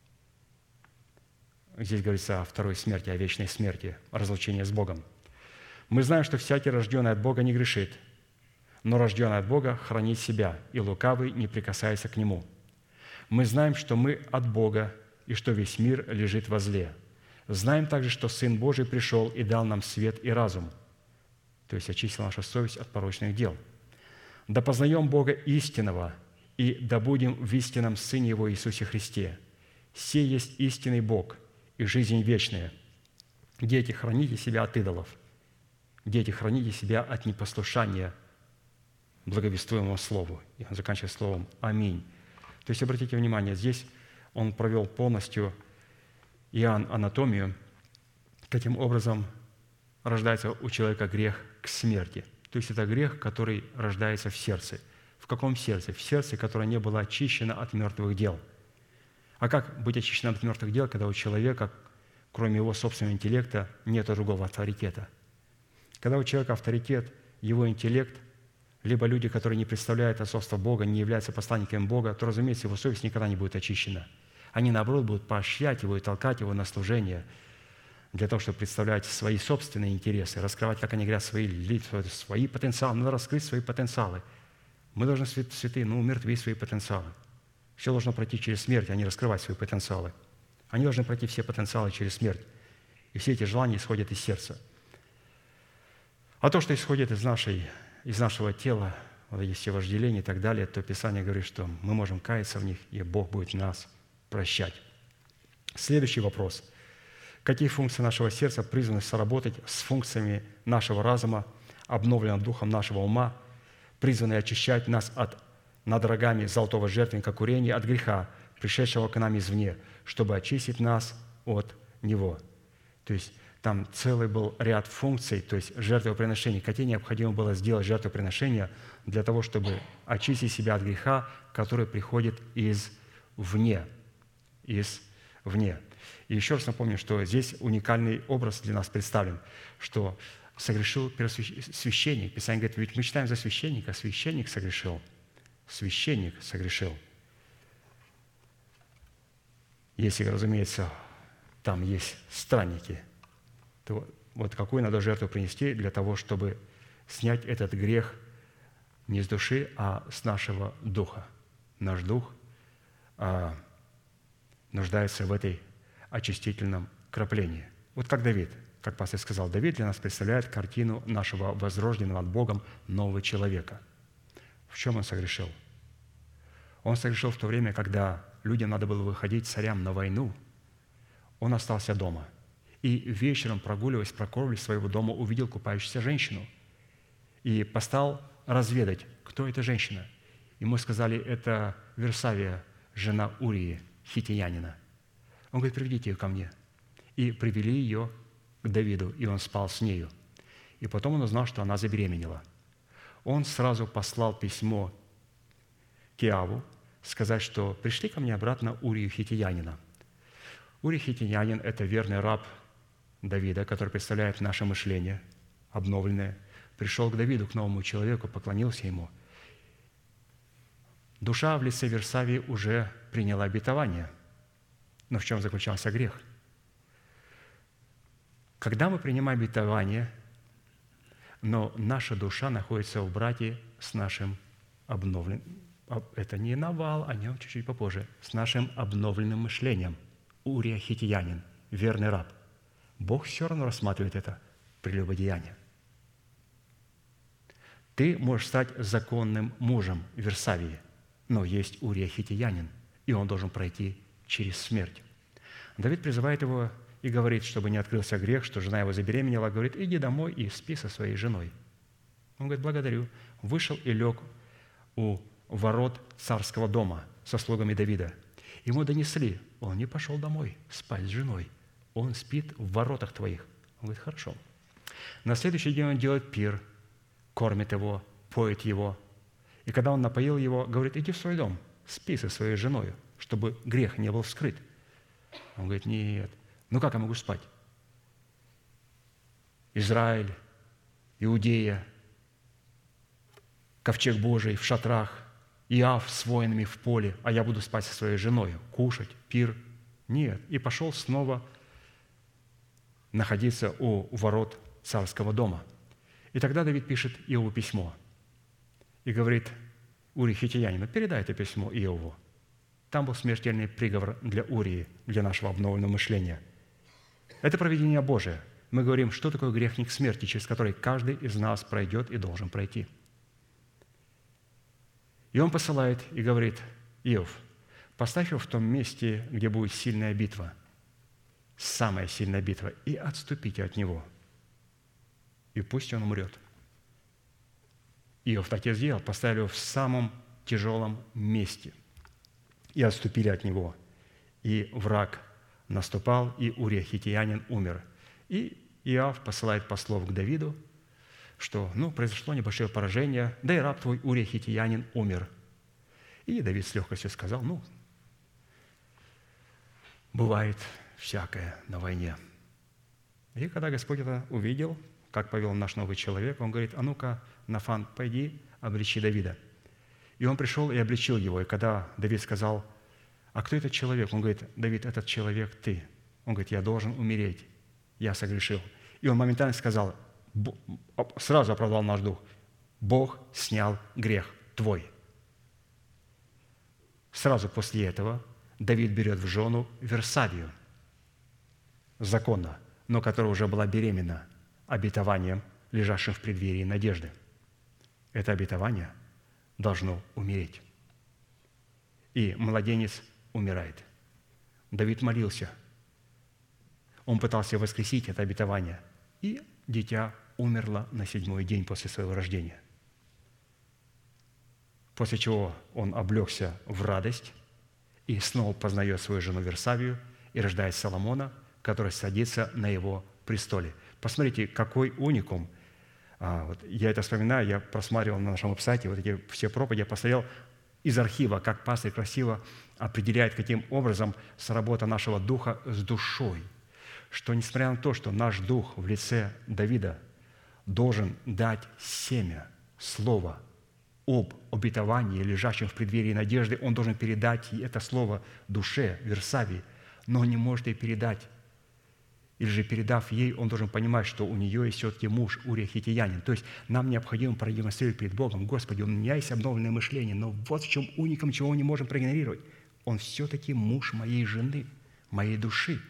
S1: Здесь говорится о второй смерти, о вечной смерти, о разлучении с Богом. «Мы знаем, что всякий, рожденный от Бога, не грешит, но рожденный от Бога хранит себя, и лукавый не прикасается к нему. Мы знаем, что мы от Бога, и что весь мир лежит во зле. Знаем также, что Сын Божий пришел и дал нам свет и разум». То есть очистил нашу совесть от порочных дел. «Да познаем Бога истинного, и да будем в истинном Сыне Его Иисусе Христе. Сей есть истинный Бог и жизнь вечная. Дети, храните себя от идолов. Дети, храните себя от непослушания благовествуемому Слову». И он заканчивает словом «Аминь». То есть, обратите внимание, здесь он провел полностью Иоанн анатомию, каким образом рождается у человека грех к смерти. То есть, это грех, который рождается в сердце. В каком сердце? В сердце, которое не было очищено от мертвых дел. А как быть очищенным от мертвых дел, когда у человека, кроме его собственного интеллекта, нет другого авторитета? Когда у человека авторитет, его интеллект, либо люди, которые не представляют отцовство Бога, не являются посланниками Бога, то, разумеется, его совесть никогда не будет очищена. Они, наоборот, будут поощрять его и толкать его на служение для того, чтобы представлять свои собственные интересы, раскрывать, как они говорят, свои, свои потенциалы. Надо раскрыть свои потенциалы. Мы должны, святые, ну, умертвить свои потенциалы. Все должно пройти через смерть, а не раскрывать свои потенциалы. Они должны пройти все потенциалы через смерть. И все эти желания исходят из сердца. А то, что исходит из, нашей, из нашего тела, вот эти все вожделения и так далее, то Писание говорит, что мы можем каяться в них, и Бог будет нас прощать. Следующий вопрос. Какие функции нашего сердца призваны соработать с функциями нашего разума, обновленным духом нашего ума, призваны очищать нас от над рогами золотого жертвенника курения, от греха, пришедшего к нам извне, чтобы очистить нас от него. То есть там целый был ряд функций, то есть жертвоприношений. Какие необходимо было сделать жертвоприношения для того, чтобы очистить себя от греха, который приходит извне. Извне. И еще раз напомню, что здесь уникальный образ для нас представлен, что согрешил священник. Писание говорит, ведь мы читаем за священника, священник согрешил. Священник согрешил. Если, разумеется, там есть странники, то вот какую надо жертву принести для того, чтобы снять этот грех не с души, а с нашего духа. Наш дух а, нуждается в этой очистительном краплении. Вот как Давид, как пастор сказал, Давид для нас представляет картину нашего возрожденного от Богом нового человека. В чем он согрешил? Он согрешил в то время, когда людям надо было выходить, царям, на войну. Он остался дома. И вечером, прогуливаясь по кровле своего дома, увидел купающуюся женщину. И постал разведать, кто эта женщина. Ему сказали, это Версавия, жена Урии, хитиянина. Он говорит, приведите ее ко мне. И привели ее к Давиду, и он спал с нею. И потом он узнал, что она забеременела. Он сразу послал письмо к Иову, сказать, что пришли ко мне обратно Урию хитиянина. Урия хитиянин – это верный раб Давида, который представляет наше мышление, обновленное, пришел к Давиду, к новому человеку, поклонился ему. Душа в лице Версавии уже приняла обетование. Но в чем заключался грех? Когда мы принимаем обетование, но наша душа находится в браке с нашим обновленным, это не Навал, о нем чуть-чуть попозже, с нашим обновленным мышлением. Урия хитиянин, верный раб. Бог все равно рассматривает это прелюбодеяние. Ты можешь стать законным мужем Версавии, но есть Урия хитиянин, и он должен пройти через смерть. Давид призывает его и говорит, чтобы не открылся грех, что жена его забеременела, говорит: иди домой и спи со своей женой. Он говорит: благодарю. Вышел и лег у ворот царского дома со слугами Давида. Ему донесли, он не пошел домой спать с женой, он спит в воротах твоих. Он говорит: хорошо. На следующий день он делает пир, кормит его, поет его. И когда он напоил его, говорит: иди в свой дом, спи со своей женой, чтобы грех не был вскрыт. Он говорит: нет. Ну как я могу спать? Израиль, Иудея, ковчег Божий в шатрах, Иав с воинами в поле, а я буду спать со своей женой, кушать, пир. Нет. И пошел снова находиться у ворот царского дома. И тогда Давид пишет Иову письмо и говорит Урии хитиянину: передай это письмо Иову. Там был смертельный приговор для Урии, для нашего обновленного мышления. Это провидение Божие. Мы говорим, что такое грешник смерти, через который каждый из нас пройдет и должен пройти. И он посылает и говорит: Иов, поставь его в том месте, где будет сильная битва, самая сильная битва, и отступите от него, и пусть он умрет. Иов так и сделал, поставили его в самом тяжелом месте, и отступили от него. И враг наступал, и Урия хитиянин умер. И Иов посылает послов к Давиду, что, ну, произошло небольшое поражение, да и раб твой Урия хитиянин умер. И Давид с легкостью сказал: ну, бывает всякое на войне. И когда Господь это увидел, как повел наш новый человек, он говорит: а ну-ка, Нафан, пойди, обличи Давида. И он пришел и обличил его. И когда Давид сказал: а кто этот человек? Он говорит: Давид, этот человек ты. Он говорит: я должен умереть, я согрешил. И он моментально сказал, сразу оправдал наш дух: Бог снял грех твой. Сразу после этого Давид берет в жену Версавию, законно, но которая уже была беременна обетованием, лежащим в преддверии надежды. Это обетование должно умереть. И младенец умирает. Давид молился. Он пытался воскресить это обетование. И дитя умерло на седьмой день после своего рождения. После чего он облегся в радость и снова познает свою жену Версавию и рождает Соломона, который садится на его престоле. Посмотрите, какой уникум. А, вот я это вспоминаю, я просматривал на нашем веб-сайте вот эти все проповеди, я посмотрел из архива, как пастырь красиво определяет, каким образом сработа нашего духа с душой. Что несмотря на то, что наш дух в лице Давида должен дать семя, слово об обетовании, лежащем в преддверии надежды, он должен передать это слово душе, Версавии, но он не может ей передать. Или же, передав ей, он должен понимать, что у нее есть все-таки муж Урия хитиянин. То есть нам необходимо продемонстрировать перед Богом: Господи, у меня есть обновленное мышление, но вот в чем уникум, чего мы не можем проигнорировать. Он все-таки муж моей жены, моей души.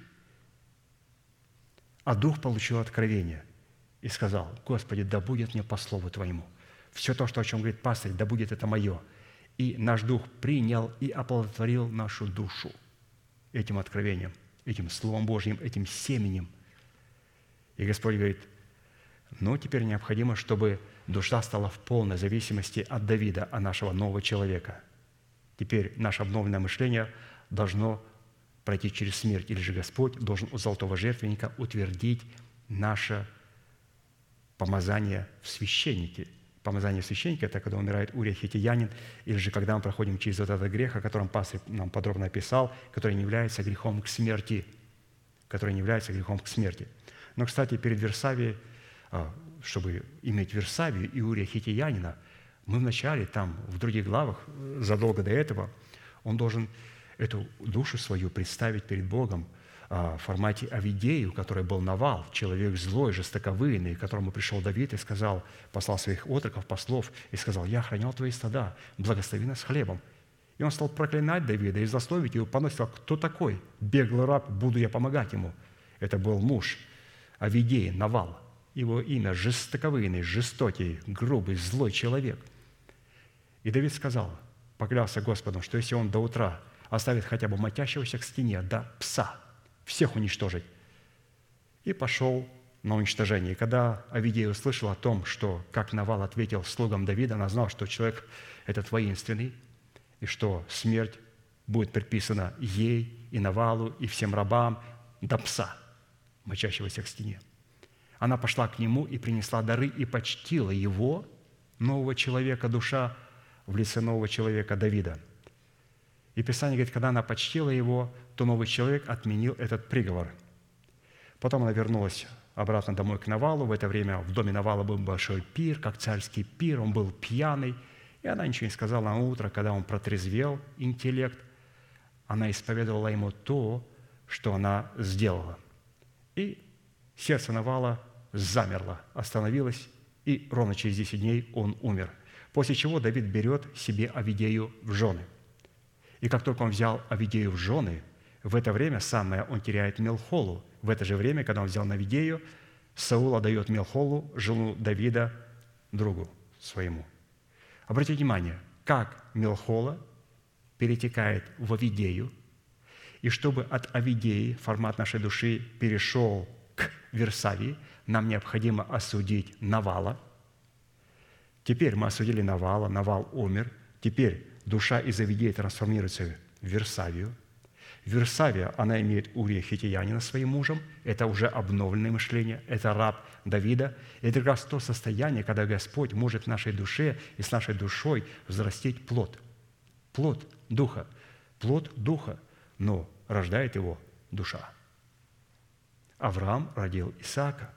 S1: А Дух получил откровение и сказал: Господи, да будет мне по слову Твоему. Все то, что, о чем говорит пастырь, да будет это мое. И наш Дух принял и оплодотворил нашу душу этим откровением, этим Словом Божьим, этим семенем. И Господь говорит: ну, теперь необходимо, чтобы душа стала в полной зависимости от Давида, от нашего нового человека. Теперь наше обновленное мышление должно пройти через смерть, или же Господь должен у золотого жертвенника утвердить наше помазание в священнике. Помазание священника – это когда умирает Урия хитиянин, или же когда мы проходим через вот этот грех, о котором пастырь нам подробно описал, который не является грехом к смерти, который не является грехом к смерти. Но, кстати, перед Версавией чтобы иметь Версавию и Урия Хитиянина, мы вначале, там, в других главах, задолго до этого, он должен эту душу свою представить перед Богом в формате Авидею, который был Навал, человек злой, жестоковыйный, к которому пришел Давид и сказал, послал своих отроков, послов, и сказал: «Я охранял твои стада, благослови нас хлебом». И он стал проклинать Давида и злословить его, поносил: «Кто такой? Беглый раб, буду я помогать ему». Это был муж Авидей, Навал. Его имя – жестоковыйный, жестокий, грубый, злой человек. И Давид сказал, поклялся Господом, что если он до утра оставит хотя бы мотящегося к стене, да пса, всех уничтожить. И пошел на уничтожение. И когда Авидей услышал о том, что, как Навал ответил слугам Давида, она знала, что человек этот воинственный, и что смерть будет предписана ей, и Навалу, и всем рабам, до пса, мочащегося к стене. Она пошла к нему и принесла дары, и почтила его, нового человека, душа, в лице нового человека Давида. И Писание говорит, когда она почтила его, то новый человек отменил этот приговор. Потом она вернулась обратно домой к Навалу. В это время в доме Навала был большой пир, как царский пир, он был пьяный. И она ничего не сказала. На утро, когда он протрезвел, интеллект, она исповедовала ему то, что она сделала. И сердце Навала замерло, остановилось, и ровно через десять дней он умер. После чего Давид берет себе Авидею в жены. И как только он взял Авидею в жены, в это время самое он теряет Мелхолу. В это же время, когда он взял Авидею, Саул отдает Мелхолу, жену Давида, другу своему. Обратите внимание, как Мелхола перетекает в Авидею, и чтобы от Авидеи формат нашей души перешел к Версавии, нам необходимо осудить Навала. Теперь мы осудили Навала, Навал умер. Теперь душа из Авидеи трансформируется в Версавию. Версавия, она имеет Урия Хитиянина своим мужем. Это уже обновленное мышление, это раб Давида. Это как раз то состояние, когда Господь может в нашей душе и с нашей душой взрастить плод. Плод Духа. Плод Духа, но рождает его душа. Авраам родил Исаака.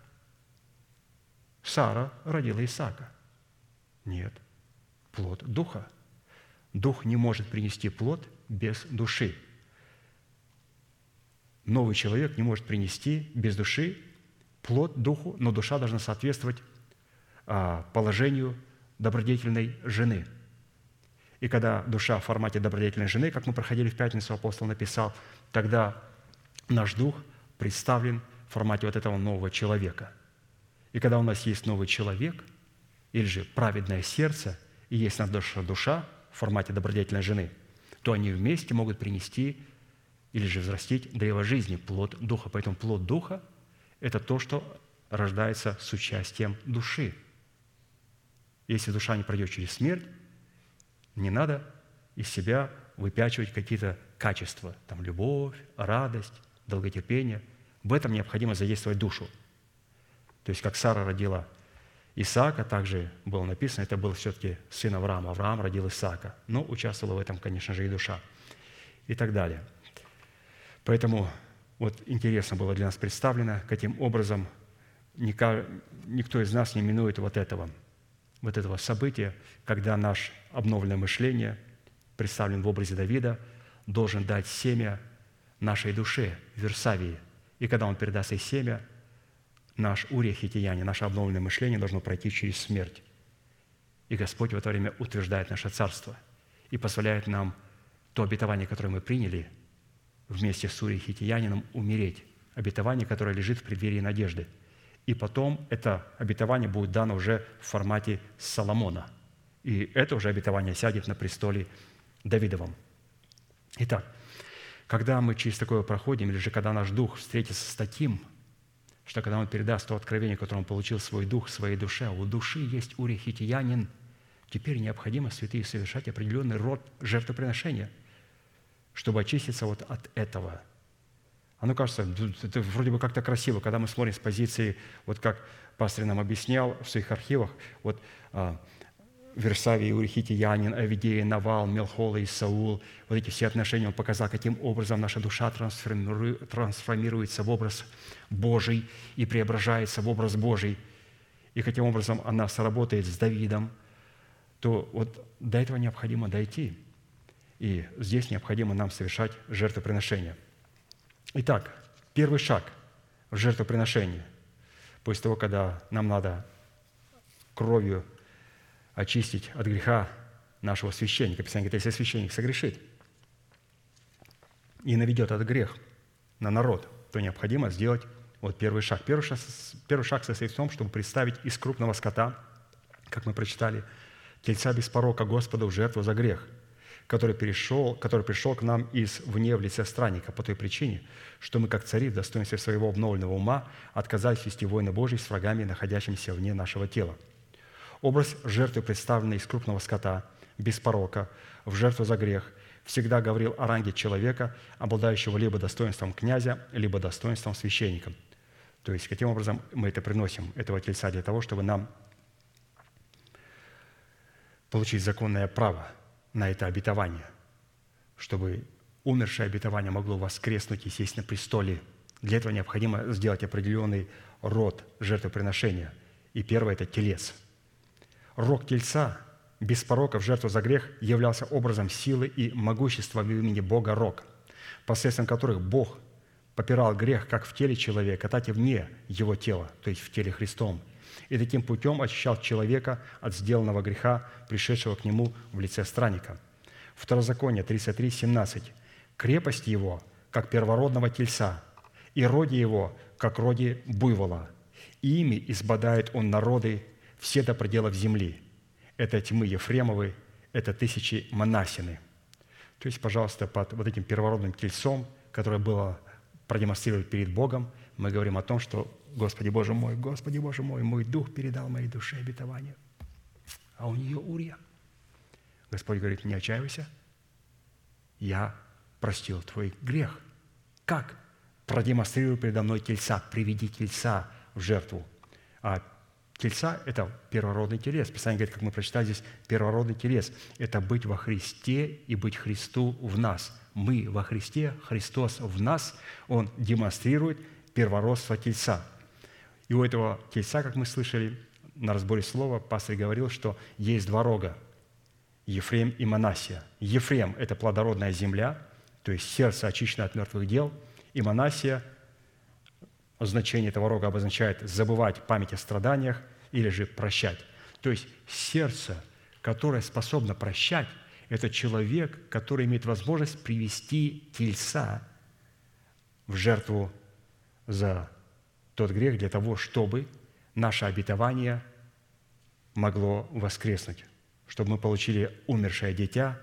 S1: Сара родила Исаака. Нет, плод Духа. Дух не может принести плод без души. Новый человек не может принести без души плод Духу, но душа должна соответствовать положению добродетельной жены. И когда душа в формате добродетельной жены, как мы проходили в пятницу, апостол написал, тогда наш дух представлен в формате вот этого нового человека. И когда у нас есть новый человек, или же праведное сердце, и есть наша душа в формате добродетельной жены, то они вместе могут принести или же взрастить древо жизни, плод Духа. Поэтому плод Духа – это то, что рождается с участием души. Если душа не пройдет через смерть, не надо из себя выпячивать какие-то качества, там любовь, радость, долготерпение. В этом необходимо задействовать душу. То есть, как Сара родила Исаака, также было написано, это был все-таки сын Авраама. Авраам родил Исаака. Но участвовала в этом, конечно же, и душа. И так далее. Поэтому вот интересно было для нас представлено, каким образом никто из нас не минует вот этого, вот этого события, когда наше обновленное мышление, представлен в образе Давида, должен дать семя нашей душе, Версавии. И когда он передаст ей семя, наш Урия Хитиянин, наше обновленное мышление должно пройти через смерть. И Господь в это время утверждает наше царство и позволяет нам то обетование, которое мы приняли, вместе с Урией Хитиянином умереть. Обетование, которое лежит в преддверии надежды. И потом это обетование будет дано уже в формате Соломона. И это уже обетование сядет на престоле Давидовом. Итак, когда мы через такое проходим, или же когда наш дух встретится с таким, что когда он передаст то откровение, которое он получил свой дух, своей душе, у души есть Урия Хитиянин, теперь необходимо, святые, совершать определенный род жертвоприношения, чтобы очиститься вот от этого. Оно кажется, это вроде бы как-то красиво, когда мы смотрим с позиции, вот как пастор нам объяснял в своих архивах, вот а, Версавия, Урия Хитиянин, Авидея, Навал, Мелхола и Саул, вот эти все отношения он показал, каким образом наша душа трансформируется в образ Божий и преображается в образ Божий. и каким образом она сработает с Давидом, то вот до этого необходимо дойти. И здесь необходимо нам совершать жертвоприношение. Итак, первый шаг в жертвоприношении, после того, когда нам надо кровью очистить от греха нашего священника. Писание говорит, если священник согрешит и наведет этот грех на народ, то необходимо сделать вот первый шаг. Первый шаг, первый шаг состоит в том, чтобы представить из крупного скота, как мы прочитали, тельца без порока Господа в жертву за грех, который, перешел, который пришел к нам извне в лице странника по той причине, что мы, как цари, в достоинстве своего обновленного ума, отказались вести войны Божьи с врагами, находящимися вне нашего тела. Образ жертвы, представленный из крупного скота, без порока, в жертву за грех, всегда говорил о ранге человека, обладающего либо достоинством князя, либо достоинством священника. То есть, каким образом мы это приносим, этого тельца, для того, чтобы нам получить законное право на это обетование, чтобы умершее обетование могло воскреснуть и сесть на престоле. Для этого необходимо сделать определенный род жертвоприношения. И первое – это телец. Рог тельца без порока в жертву за грех являлся образом силы и могущества в имени Бога Рог, посредством которых Бог попирал грех как в теле человека, так и вне его тела, то есть в теле Христом, и таким путем очищал человека от сделанного греха, пришедшего к нему в лице странника. Второзаконие тридцать три, семнадцать. «Крепость его, как первородного тельца, и роди его, как роди буйвола. И ими избадает он народы все до пределов земли. Это тьмы Ефремовы, это тысячи Манассины». То есть, пожалуйста, под вот этим первородным тельцом, которое было продемонстрировать перед Богом, мы говорим о том, что «Господи Боже мой, Господи Боже мой, мой дух передал моей душе обетование». А у нее Урия. Господь говорит, не отчаивайся, я простил твой грех. Как? Продемонстрируй передо мной тельца, приведи тельца в жертву. А тельца – это первородный телец. Писание говорит, как мы прочитали здесь, первородный телец – это быть во Христе и быть Христу в нас. Мы во Христе, Христос в нас, Он демонстрирует первородство тельца. И у этого тельца, как мы слышали на разборе слова, пастор говорил, что есть два рога – Ефрем и Манассия. Ефрем – это плодородная земля, то есть сердце очищено от мертвых дел, и Манассия, значение этого рога обозначает забывать память о страданиях или же прощать. То есть сердце, которое способно прощать, это человек, который имеет возможность привести тельца в жертву за тот грех для того, чтобы наше обетование могло воскреснуть, чтобы мы получили умершее дитя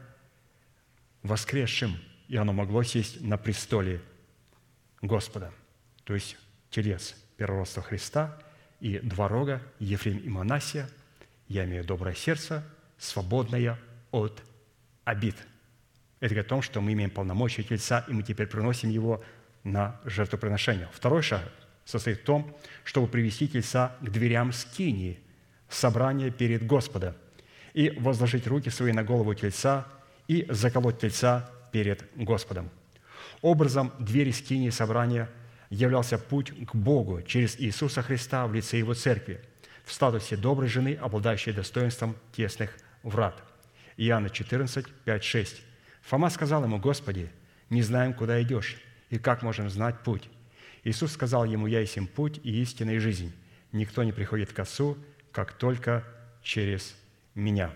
S1: воскресшим, и оно могло сесть на престоле Господа. То есть телец первородства Христа и два рога, Ефрем и Манассия. Я имею доброе сердце, свободное от обид. Это говорит о том, что мы имеем полномочия тельца, и мы теперь приносим его на жертвоприношение. Второй шаг состоит в том, чтобы привести тельца к дверям скинии, собрания перед Господом, и возложить руки свои на голову тельца и заколоть тельца перед Господом. Образом двери скинии собрания являлся путь к Богу через Иисуса Христа в лице Его Церкви, в статусе доброй жены, обладающей достоинством тесных врат. Иоанна четырнадцать, пять, шесть. Фома сказал ему: «Господи, не знаем, куда идешь, и как можем знать путь?» Иисус сказал ему: «Я есть им путь и истина и жизнь. Никто не приходит к Отцу, как только через Меня».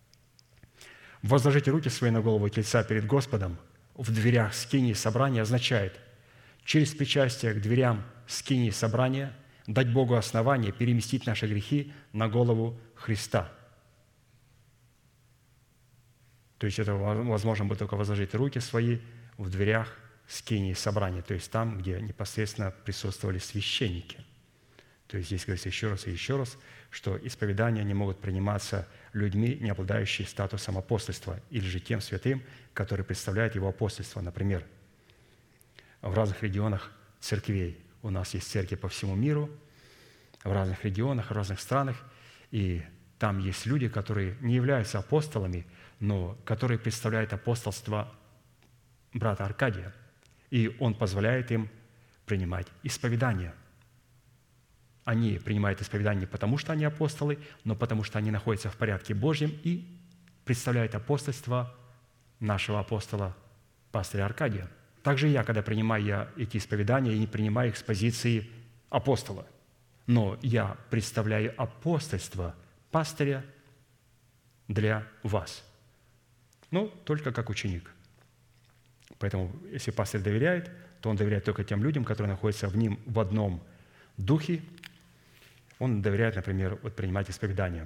S1: Возложить руки свои на голову тельца перед Господом в дверях скинии собрания означает через причастие к дверям скинии собрания дать Богу основание переместить наши грехи на голову Христа. То есть это возможно будет только возложить руки свои в дверях скинии собрания, то есть там, где непосредственно присутствовали священники. То есть здесь говорится еще раз и еще раз, что исповедания не могут приниматься людьми, не обладающими статусом апостольства, или же тем святым, который представляет его апостольство. Например, в разных регионах церквей. У нас есть церкви по всему миру, в разных регионах, в разных странах, и там есть люди, которые не являются апостолами, но которые представляют апостолство брата Аркадия, и он позволяет им принимать исповедание. они принимают исповедание не потому, что они апостолы, но потому, что они находятся в порядке Божьем и представляют апостольство нашего апостола, пастыря Аркадия. Также и я, когда принимаю я эти исповедания, я не принимаю их с позиции апостола, но я представляю апостольство пастыря для вас. Ну, только как ученик. Поэтому, если пастырь доверяет, то он доверяет только тем людям, которые находятся в ним в одном духе. Он доверяет, например, вот принимать исповедание.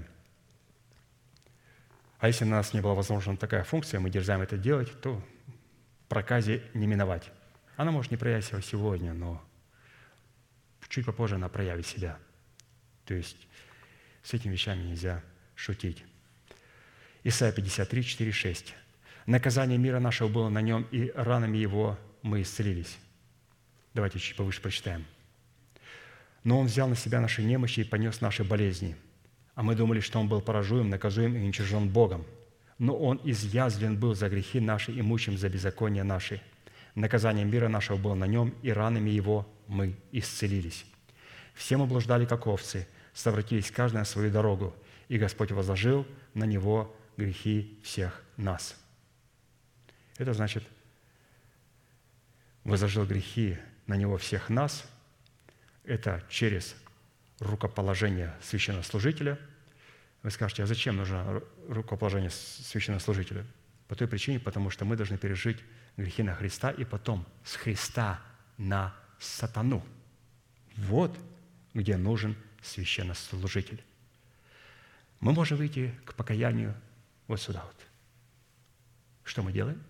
S1: А если у нас не была возможна такая функция, мы дерзаем это делать, то проказе не миновать. Она может не проявить себя сегодня, но чуть попозже она проявит себя. То есть с этими вещами нельзя шутить. Исайя пятьдесят три, четыре, шесть. «Наказание мира нашего было на нем, и ранами его мы исцелились». Давайте чуть повыше прочитаем. «Но он взял на себя наши немощи и понес наши болезни. А мы думали, что он был поражуем, наказуем и уничижен Богом. Но он изъязвлен был за грехи наши и мучим за беззакония наши. Наказание мира нашего было на нем, и ранами его мы исцелились. Все мы блуждали, как овцы, совратились каждый на свою дорогу, и Господь возложил на него грехи всех нас». Это значит, возложил грехи на него всех нас. Это через рукоположение священнослужителя. Вы скажете, а зачем нужно рукоположение священнослужителя? По той причине, потому что мы должны пережить грехи на Христа и потом с Христа на сатану. Вот где нужен священнослужитель. Мы можем выйти к покаянию вот сюда вот. Что мы делаем?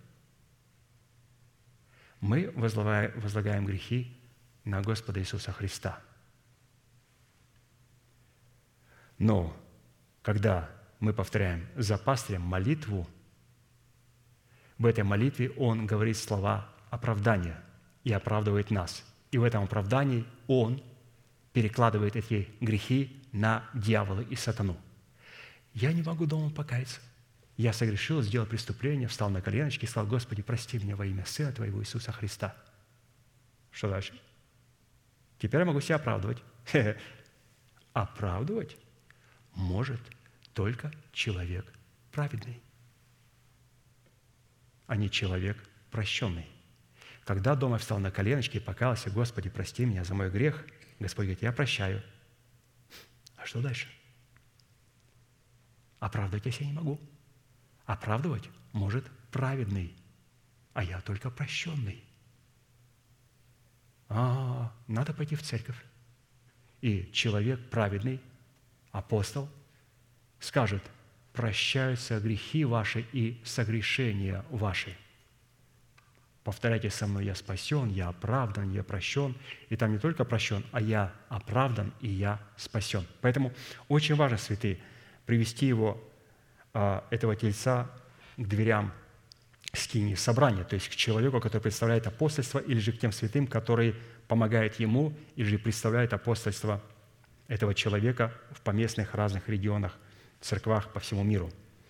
S1: Мы возлагаем грехи на Господа Иисуса Христа. Но когда мы повторяем за пастырем молитву, в этой молитве Он говорит слова оправдания и оправдывает нас. И в этом оправдании Он перекладывает эти грехи на дьявола и сатану. Я не могу дома покаяться. Я согрешил, сделал преступление, встал на коленочки и сказал: «Господи, прости меня во имя Сына Твоего Иисуса Христа». Что дальше? Теперь я могу себя оправдывать. Оправдывать может только человек праведный, а не человек прощенный. Когда дома встал на коленочки и покаялся: «Господи, прости меня за мой грех», Господь говорит: «Я прощаю». А что дальше? Оправдывать я себя не могу. Оправдывать может праведный, а я только прощенный. А, надо пойти в церковь. И человек праведный, апостол, скажет: «Прощаются грехи ваши и согрешения ваши». Повторяйте со мной: «Я спасен, я оправдан, я прощен». И там не только прощен, а я оправдан и я спасен. Поэтому очень важно, святые, привести его, этого тельца, к дверям скинии собрания, то есть к человеку, который представляет апостольство, или же к тем святым, которые помогают ему, или же представляют апостольство этого человека в поместных разных регионах, церквах по всему миру.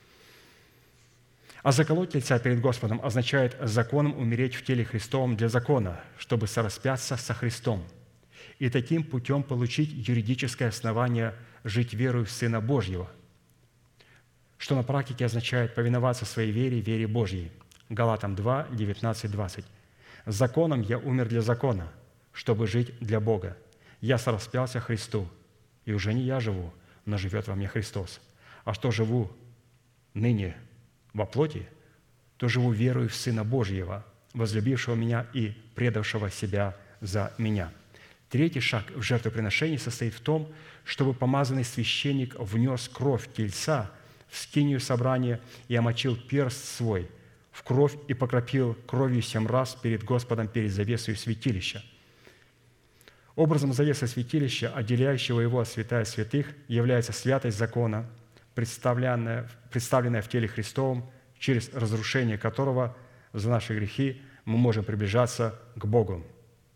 S1: А заколоть тельца перед Господом означает законом умереть в теле Христовом для закона, чтобы сораспяться со Христом, и таким путем получить юридическое основание жить верою в Сына Божьего, что на практике означает повиноваться своей вере, вере Божьей. Галатам два, девятнадцать, двадцать. «Законом я умер для закона, чтобы жить для Бога. Я сораспялся Христу, и уже не я живу, но живет во мне Христос. А что живу ныне во плоти, то живу верою в Сына Божьего, возлюбившего меня и предавшего себя за меня». Третий шаг в жертвоприношении состоит в том, чтобы помазанный священник внес кровь тельца в скинию собрания и омочил перст свой в кровь и покропил кровью семь раз перед Господом перед завесою святилища. Образом завесы святилища, отделяющего его от святая святых, является святость закона, представленная, представленная в теле Христовом, через разрушение которого за наши грехи мы можем приближаться к Богу.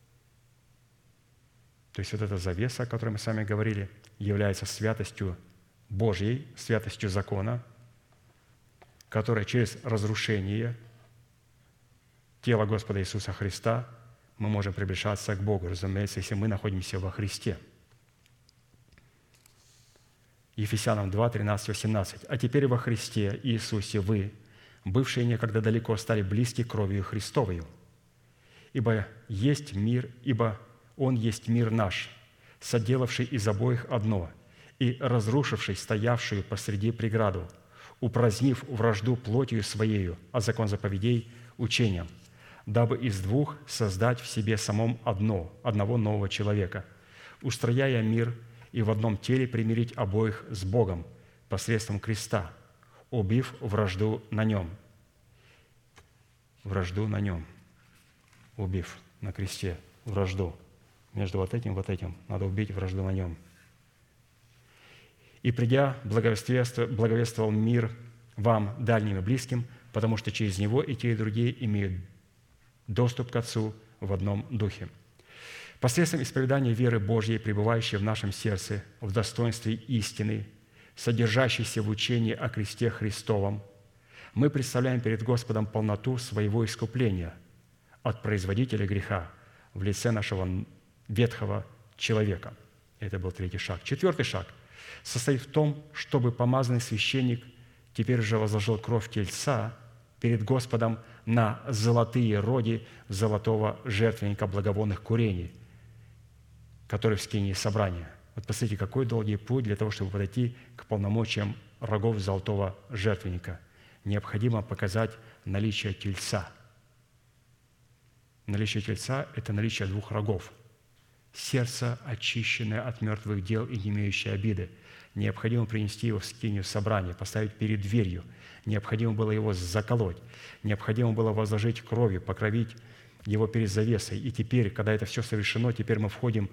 S1: То есть вот эта завеса, о которой мы с вами говорили, является святостью Божьей, святостью закона, которая через разрушение тела Господа Иисуса Христа мы можем приближаться к Богу, разумеется, если мы находимся во Христе. Ефесянам два, тринадцать, восемнадцать. «А теперь во Христе Иисусе вы, бывшие некогда далеко, стали близки кровью Христовою. Ибо есть мир, ибо Он есть мир наш, соделавший из обоих одно и разрушивший стоявшую посреди преграду, упразднив вражду плотью Своею, а закон заповедей учением, дабы из двух создать в себе самом одно, одного нового человека, устрояя мир и в одном теле примирить обоих с Богом посредством креста, убив вражду на нем». Вражду на нем. Убив на кресте вражду. Между вот этим и вот этим надо убить вражду на нем. «И придя, благовествовал мир вам, дальним и близким, потому что через Него и те, и другие имеют доступ к Отцу в одном духе. Посредством исповедания веры Божьей, пребывающей в нашем сердце, в достоинстве истины, содержащейся в учении о кресте Христовом, мы представляем перед Господом полноту своего искупления от производителя греха в лице нашего ветхого человека». Это был третий шаг. Четвертый шаг состоит в том, чтобы помазанный священник теперь же возложил кровь тельца перед Господом на золотые роги золотого жертвенника благовонных курений, который в скинии собрания. Вот посмотрите, какой долгий путь для того, чтобы подойти к полномочиям рогов золотого жертвенника. Необходимо показать наличие тельца. Наличие тельца – это наличие двух рогов. Сердце, очищенное от мертвых дел и не имеющее обиды. Необходимо принести его в скинию собрания, поставить перед дверью. Необходимо было его заколоть. Необходимо было возложить кровью, покровить его перед завесой. И теперь, когда это все совершено, теперь мы входим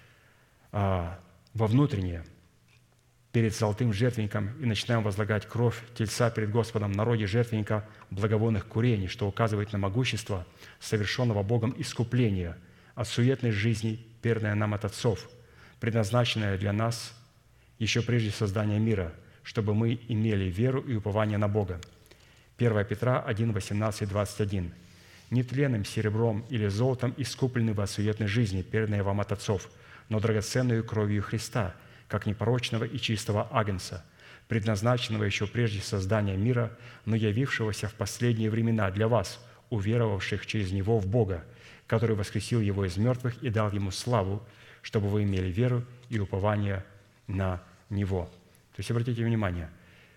S1: а, во внутреннее, перед золотым жертвенником и начинаем возлагать кровь тельца перед Господом на роге жертвенника благовонных курений, что указывает на могущество совершенного Богом искупления от суетной жизни, перданное нам от отцов, предназначенное для нас еще прежде создания мира, чтобы мы имели веру и упование на Бога. первое Петра один, восемнадцать, двадцать один. «Не тленным серебром или золотом искуплены вы от суетной жизни, перданной вам от отцов, но драгоценную кровью Христа, как непорочного и чистого агнца, предназначенного еще прежде создания мира, но явившегося в последние времена для вас, уверовавших через Него в Бога, который воскресил Его из мертвых и дал Ему славу, чтобы вы имели веру и упование на Него». То есть, обратите внимание,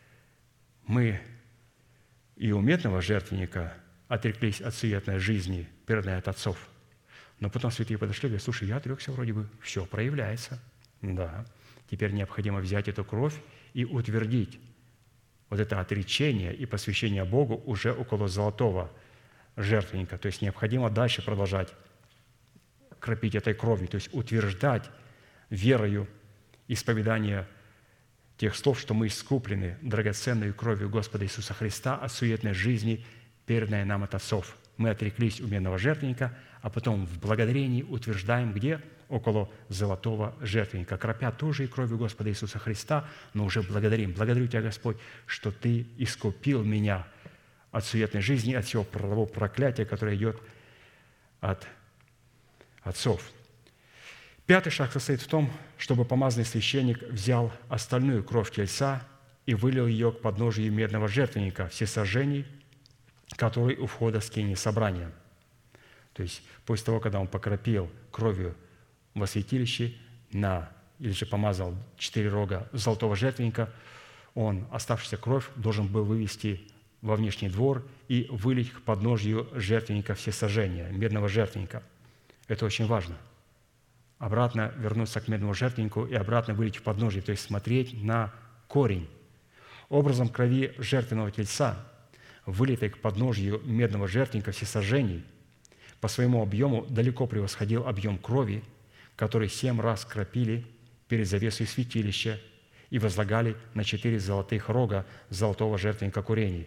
S1: мы и у медного жертвенника отреклись от суетной жизни, перданной от отцов. Но потом святые подошли и говорят: слушай, я отрекся вроде бы, все проявляется. Да, теперь необходимо взять эту кровь и утвердить вот это отречение и посвящение Богу уже около золотого жертвенника. То есть необходимо дальше продолжать кропить этой кровью, то есть утверждать верою исповедание тех слов, что мы искуплены драгоценной кровью Господа Иисуса Христа от суетной жизни, перданной нам от отцов. Мы отреклись у медного жертвенника, а потом в благодарении утверждаем, где? Около золотого жертвенника, кропя тоже и кровью Господа Иисуса Христа, но уже благодарим. Благодарю Тебя, Господь, что Ты искупил меня от суетной жизни, от всего того проклятия, которое идет от отцов. Пятый шаг состоит в том, чтобы помазанный священник взял остальную кровь тельца и вылил ее к подножию медного жертвенника всесожжений, который у входа в скинии собрания. То есть после того, когда он покропил кровью во святилище на, или же помазал четыре рога золотого жертвенника, он оставшуюся кровь должен был вывести во внешний двор и вылить к подножию жертвенника всесожжения, медного жертвенника. Это очень важно. Обратно вернуться к медному жертвеннику и обратно вылить в подножие, то есть смотреть на корень. Образом крови жертвенного тельца, вылитой к подножию медного жертвенника всесожжений, по своему объему далеко превосходил объем крови, который семь раз кропили перед завесой святилища и возлагали на четыре золотых рога золотого жертвенника курений.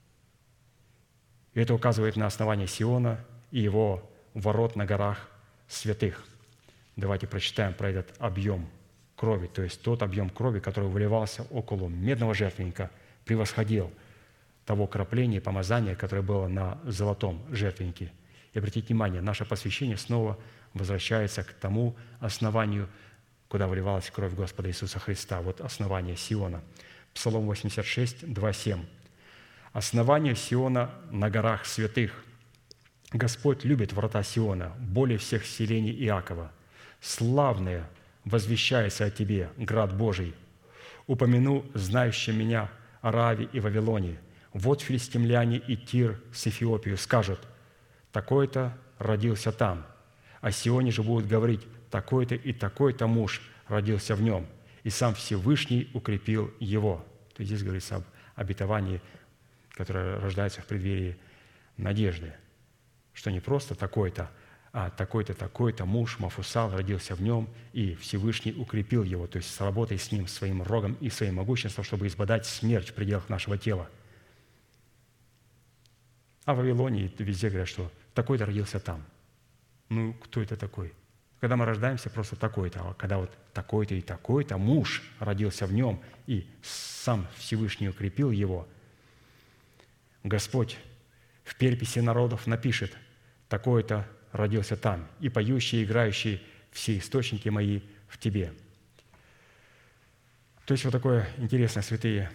S1: И это указывает на основание Сиона и его ворот на горах святых. Давайте прочитаем про этот объем крови, то есть тот объем крови, который выливался около медного жертвенника, превосходил того кропления и помазания, которое было на золотом жертвеннике. И обратите внимание, наше посвящение снова возвращается к тому основанию куда выливалась кровь Господа Иисуса Христа. Вот основание Сиона. Псалом восемьдесят шесть, два, семь. «Основание Сиона на горах святых. Господь любит врата Сиона, более всех селений Иакова. Славное возвещается о тебе, град Божий. Упомяну знающим меня о Раве и Вавилоне. Вот филистимляне и Тир с Эфиопию скажут: такой-то родился там. О Сионе же будут говорить: такой-то и такой-то муж родился в нем, и сам Всевышний укрепил его». То есть здесь говорится об обетовании, которое рождается в преддверии надежды, что не просто такой-то, а такой-то, такой-то муж, Мафусал, родился в нем, и Всевышний укрепил его, то есть сработай с ним своим рогом и своим могуществом, чтобы избодать смерть в пределах нашего тела. А в Вавилоне везде говорят, что такой-то родился там. Ну, кто это такой? Когда мы рождаемся, просто такой-то, а когда вот такой-то и такой-то муж родился в нем, и сам Всевышний укрепил его, Господь в переписи народов напишет: такой-то родился там, и поющий, и играющий все источники мои в тебе. То есть вот такое интересное, святые,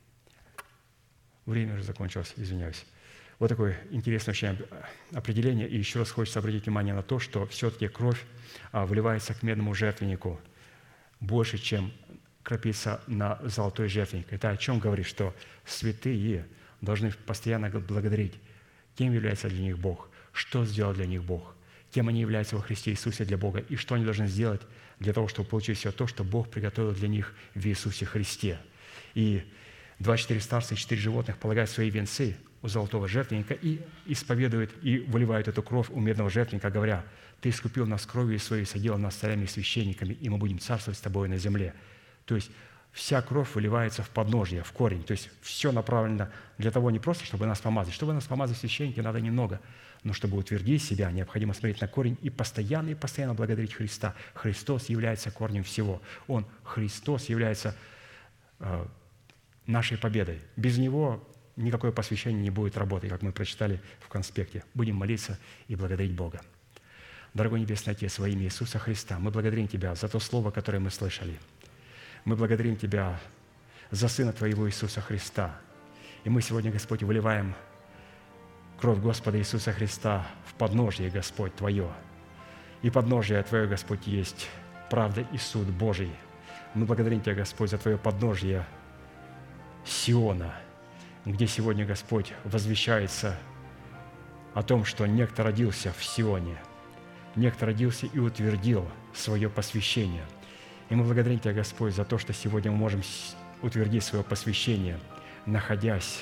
S1: время уже закончилось, извиняюсь. Вот такое интересное очень определение. И еще раз хочется обратить внимание на то, что все-таки кровь вливается к медному жертвеннику больше, чем крапится на золотой жертвенник. Это о чем говорит? Что святые должны постоянно благодарить, кем является для них Бог, что сделал для них Бог, кем они являются во Христе Иисусе для Бога, и что они должны сделать для того, чтобы получить все то, что Бог приготовил для них в Иисусе Христе. И двадцать четыре старца и четыре животных полагают свои венцы у золотого жертвенника и исповедуют и выливают эту кровь у медного жертвенника, говоря: «Ты искупил нас кровью своей, соделал нас царями и священниками, и мы будем царствовать с тобой на земле». То есть вся кровь выливается в подножье, в корень. То есть все направлено для того не просто, чтобы нас помазать. Чтобы нас помазать священники, надо немного. Но чтобы утвердить себя, необходимо смотреть на корень и постоянно и постоянно благодарить Христа. Христос является корнем всего. Он, Христос, является э, нашей победой. Без Него никакое посвящение не будет работать, как мы прочитали в конспекте. Будем молиться и благодарить Бога. Дорогой Небесный Отец, во имя Иисуса Христа, мы благодарим Тебя за то слово, которое мы слышали. Мы благодарим Тебя за Сына Твоего Иисуса Христа. И мы сегодня, Господь, выливаем кровь Господа Иисуса Христа в подножие, Господь, Твое. И подножие Твое, Господь, есть правда и суд Божий. Мы благодарим Тебя, Господь, за Твое подножие Сиона, где сегодня, Господь, возвещается о том, что некто родился в Сионе, некто родился и утвердил свое посвящение. И мы благодарим Тебя, Господь, за то, что сегодня мы можем утвердить свое посвящение, находясь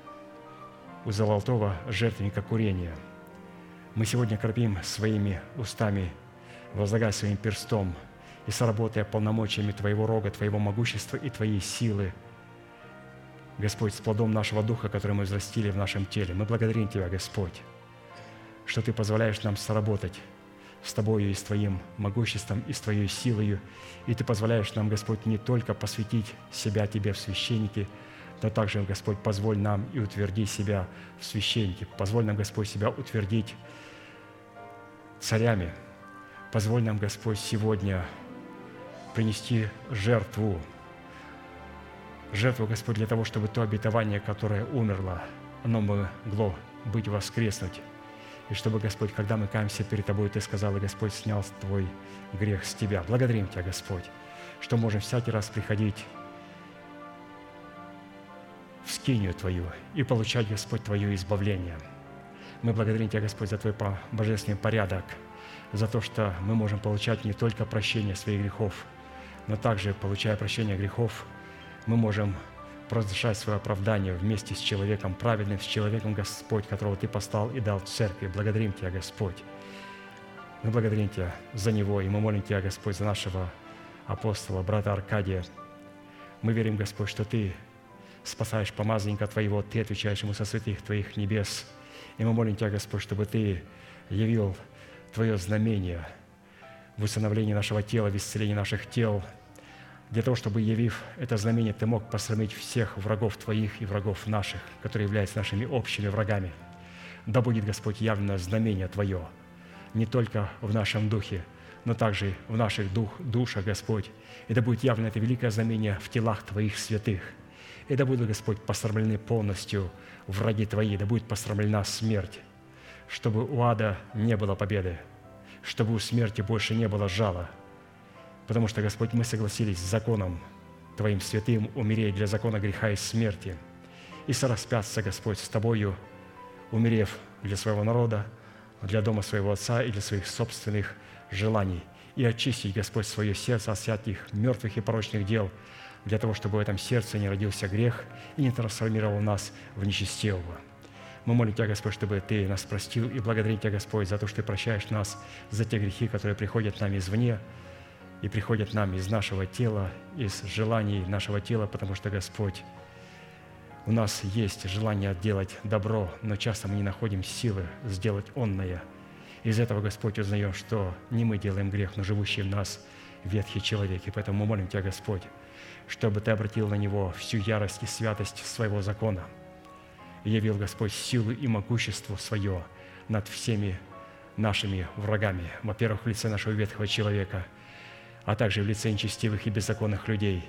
S1: у золотого жертвенника курения. Мы сегодня кропим своими устами, возлагая своим перстом и соработая полномочиями Твоего рога, Твоего могущества и Твоей силы, Господь, с плодом нашего духа, который мы взрастили в нашем теле. Мы благодарим Тебя, Господь, что Ты позволяешь нам соработать с Тобою и с Твоим могуществом, и с Твоей силою. И Ты позволяешь нам, Господь, не только посвятить себя Тебе в священники, но также, Господь, позволь нам и утверди себя в священнике. Позволь нам, Господь, себя утвердить царями. Позволь нам, Господь, сегодня принести жертву. Жертву, Господь, для того, чтобы то обетование, которое умерло, оно могло быть воскреснуть. И чтобы, Господь, когда мы каемся перед Тобой, Ты сказал, и Господь снял Твой грех с Тебя. Благодарим Тебя, Господь, что можем всякий раз приходить в скинию Твою и получать, Господь, Твое избавление. Мы благодарим Тебя, Господь, за Твой божественный порядок, за то, что мы можем получать не только прощение своих грехов, но также, получая прощение грехов, мы можем провозглашать свое оправдание вместе с человеком праведным, с человеком, Господь, которого Ты послал и дал церкви. Благодарим Тебя, Господь. Мы благодарим Тебя за него, и мы молим Тебя, Господь, за нашего апостола, брата Аркадия. Мы верим, Господь, что Ты спасаешь помазанника Твоего, Ты отвечаешь ему со святых Твоих небес. И мы молим Тебя, Господь, чтобы Ты явил Твое знамение в усыновлении нашего тела, в исцелении наших тел, для того, чтобы, явив это знамение, Ты мог посрамить всех врагов Твоих и врагов наших, которые являются нашими общими врагами. Да будет, Господь, явлено знамение Твое не только в нашем духе, но также в наших дух, душах, Господь. И да будет явлено это великое знамение в телах Твоих святых. И да будут, Господь, посрамлены полностью враги Твои, да будет посрамлена смерть, чтобы у ада не было победы, чтобы у смерти больше не было жала. Потому что, Господь, мы согласились с законом Твоим святым умереть для закона греха и смерти и сораспяться, Господь, с Тобою, умерев для своего народа, для дома своего Отца и для своих собственных желаний, и очистить, Господь, свое сердце от всяких мертвых и порочных дел, для того, чтобы в этом сердце не родился грех и не трансформировал нас в нечестивого. Мы молим Тебя, Господь, чтобы Ты нас простил, и благодарим Тебя, Господь, за то, что Ты прощаешь нас за те грехи, которые приходят нам извне и приходят нам из нашего тела, из желаний нашего тела, потому что, Господь, у нас есть желание делать добро, но часто мы не находим силы сделать онное. Из этого, Господь, узнаем, что не мы делаем грех, но живущий в нас ветхий человек. И поэтому мы молим Тебя, Господь, чтобы Ты обратил на него всю ярость и святость своего закона и явил, Господь, силу и могущество свое над всеми нашими врагами. Во-первых, в лице нашего ветхого человека, а также в лице нечестивых и беззаконных людей,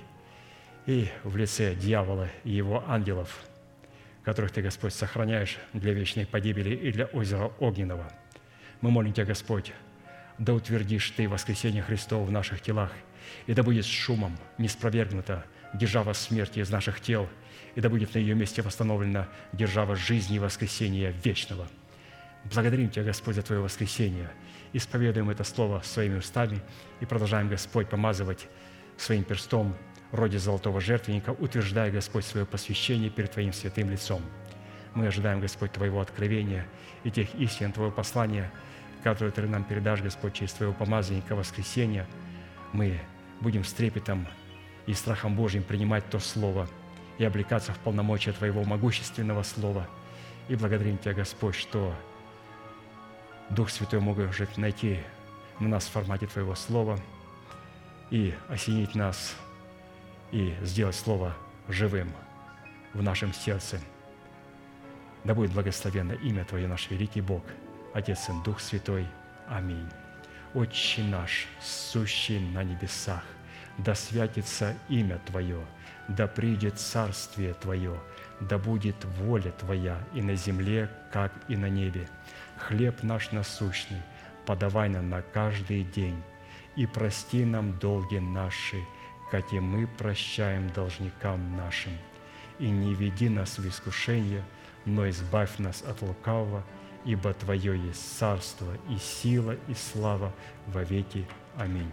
S1: и в лице дьявола и его ангелов, которых Ты, Господь, сохраняешь для вечной погибели и для озера огненного. Мы молим Тебя, Господь, да утвердишь Ты воскресение Христово в наших телах, и да будет шумом не спровергнута держава смерти из наших тел, и да будет на ее месте восстановлена держава жизни и воскресения вечного. Благодарим Тебя, Господь, за Твое воскресение, исповедуем это слово своими устами и продолжаем, Господь, помазывать своим перстом роде золотого жертвенника, утверждая, Господь, свое посвящение перед Твоим святым лицом. Мы ожидаем, Господь, Твоего откровения и тех истин Твоего послания, которые Ты нам передашь, Господь, через Твоего помазанника воскресения. Мы будем с трепетом и страхом Божьим принимать то Слово и облекаться в полномочия Твоего могущественного Слова. И благодарим Тебя, Господь, что Дух Святой может найти на нас в формате Твоего Слова и осенить нас, и сделать Слово живым в нашем сердце. Да будет благословенно имя Твое, наш великий Бог, Отец и Дух Святой. Аминь. Отче наш, сущий на небесах, да святится имя Твое, да придет царствие Твое, да будет воля Твоя и на земле, как и на небе. Хлеб наш насущный подавай нам на каждый день, и прости нам долги наши, как и мы прощаем должникам нашим. И не веди нас в искушение, но избавь нас от лукавого, ибо Твое есть царство и сила и слава во веки. Аминь.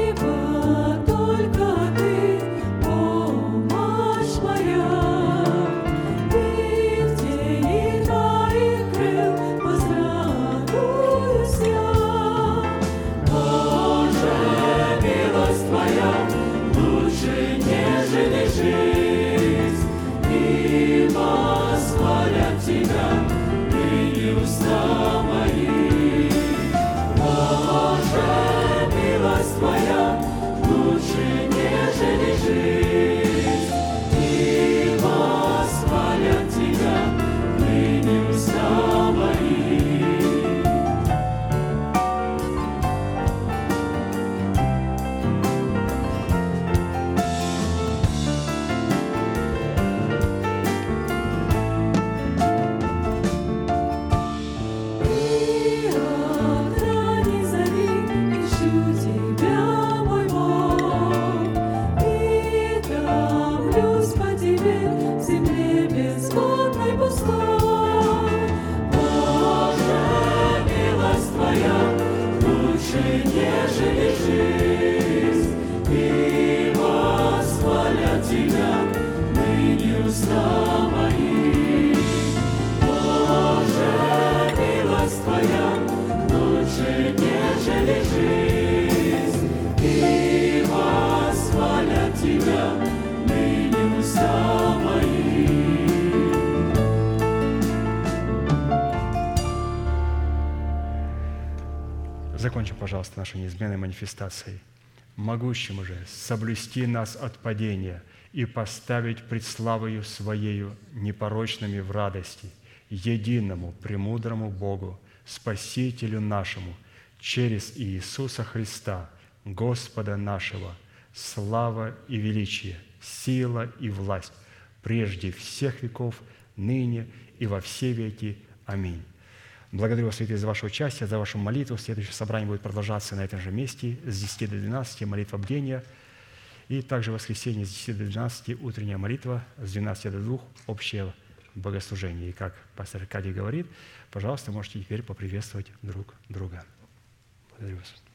S3: Ибо только Ты, помощь моя, уста мои. Боже, милость Твоя лучше, нежели жизнь, и восхвалят Тебя ныне уста мои.
S1: Закончим, пожалуйста, нашей неизменной манифестацией. Могущему же соблюсти нас от падения и поставить пред славою Своею непорочными в радости, единому, премудрому Богу, Спасителю нашему, через Иисуса Христа, Господа нашего, слава и величие, сила и власть, прежде всех веков, ныне и во все веки. Аминь. Благодарю вас, святые, за ваше участие, за вашу молитву. Следующее собрание будет продолжаться на этом же месте с десяти до двенадцати, молитва бдения. И также в воскресенье с десяти до двенадцати утренняя молитва, с двенадцати до двух общее богослужение. И как пастор Аркадий говорит, пожалуйста, можете теперь поприветствовать друг друга. Благодарю вас.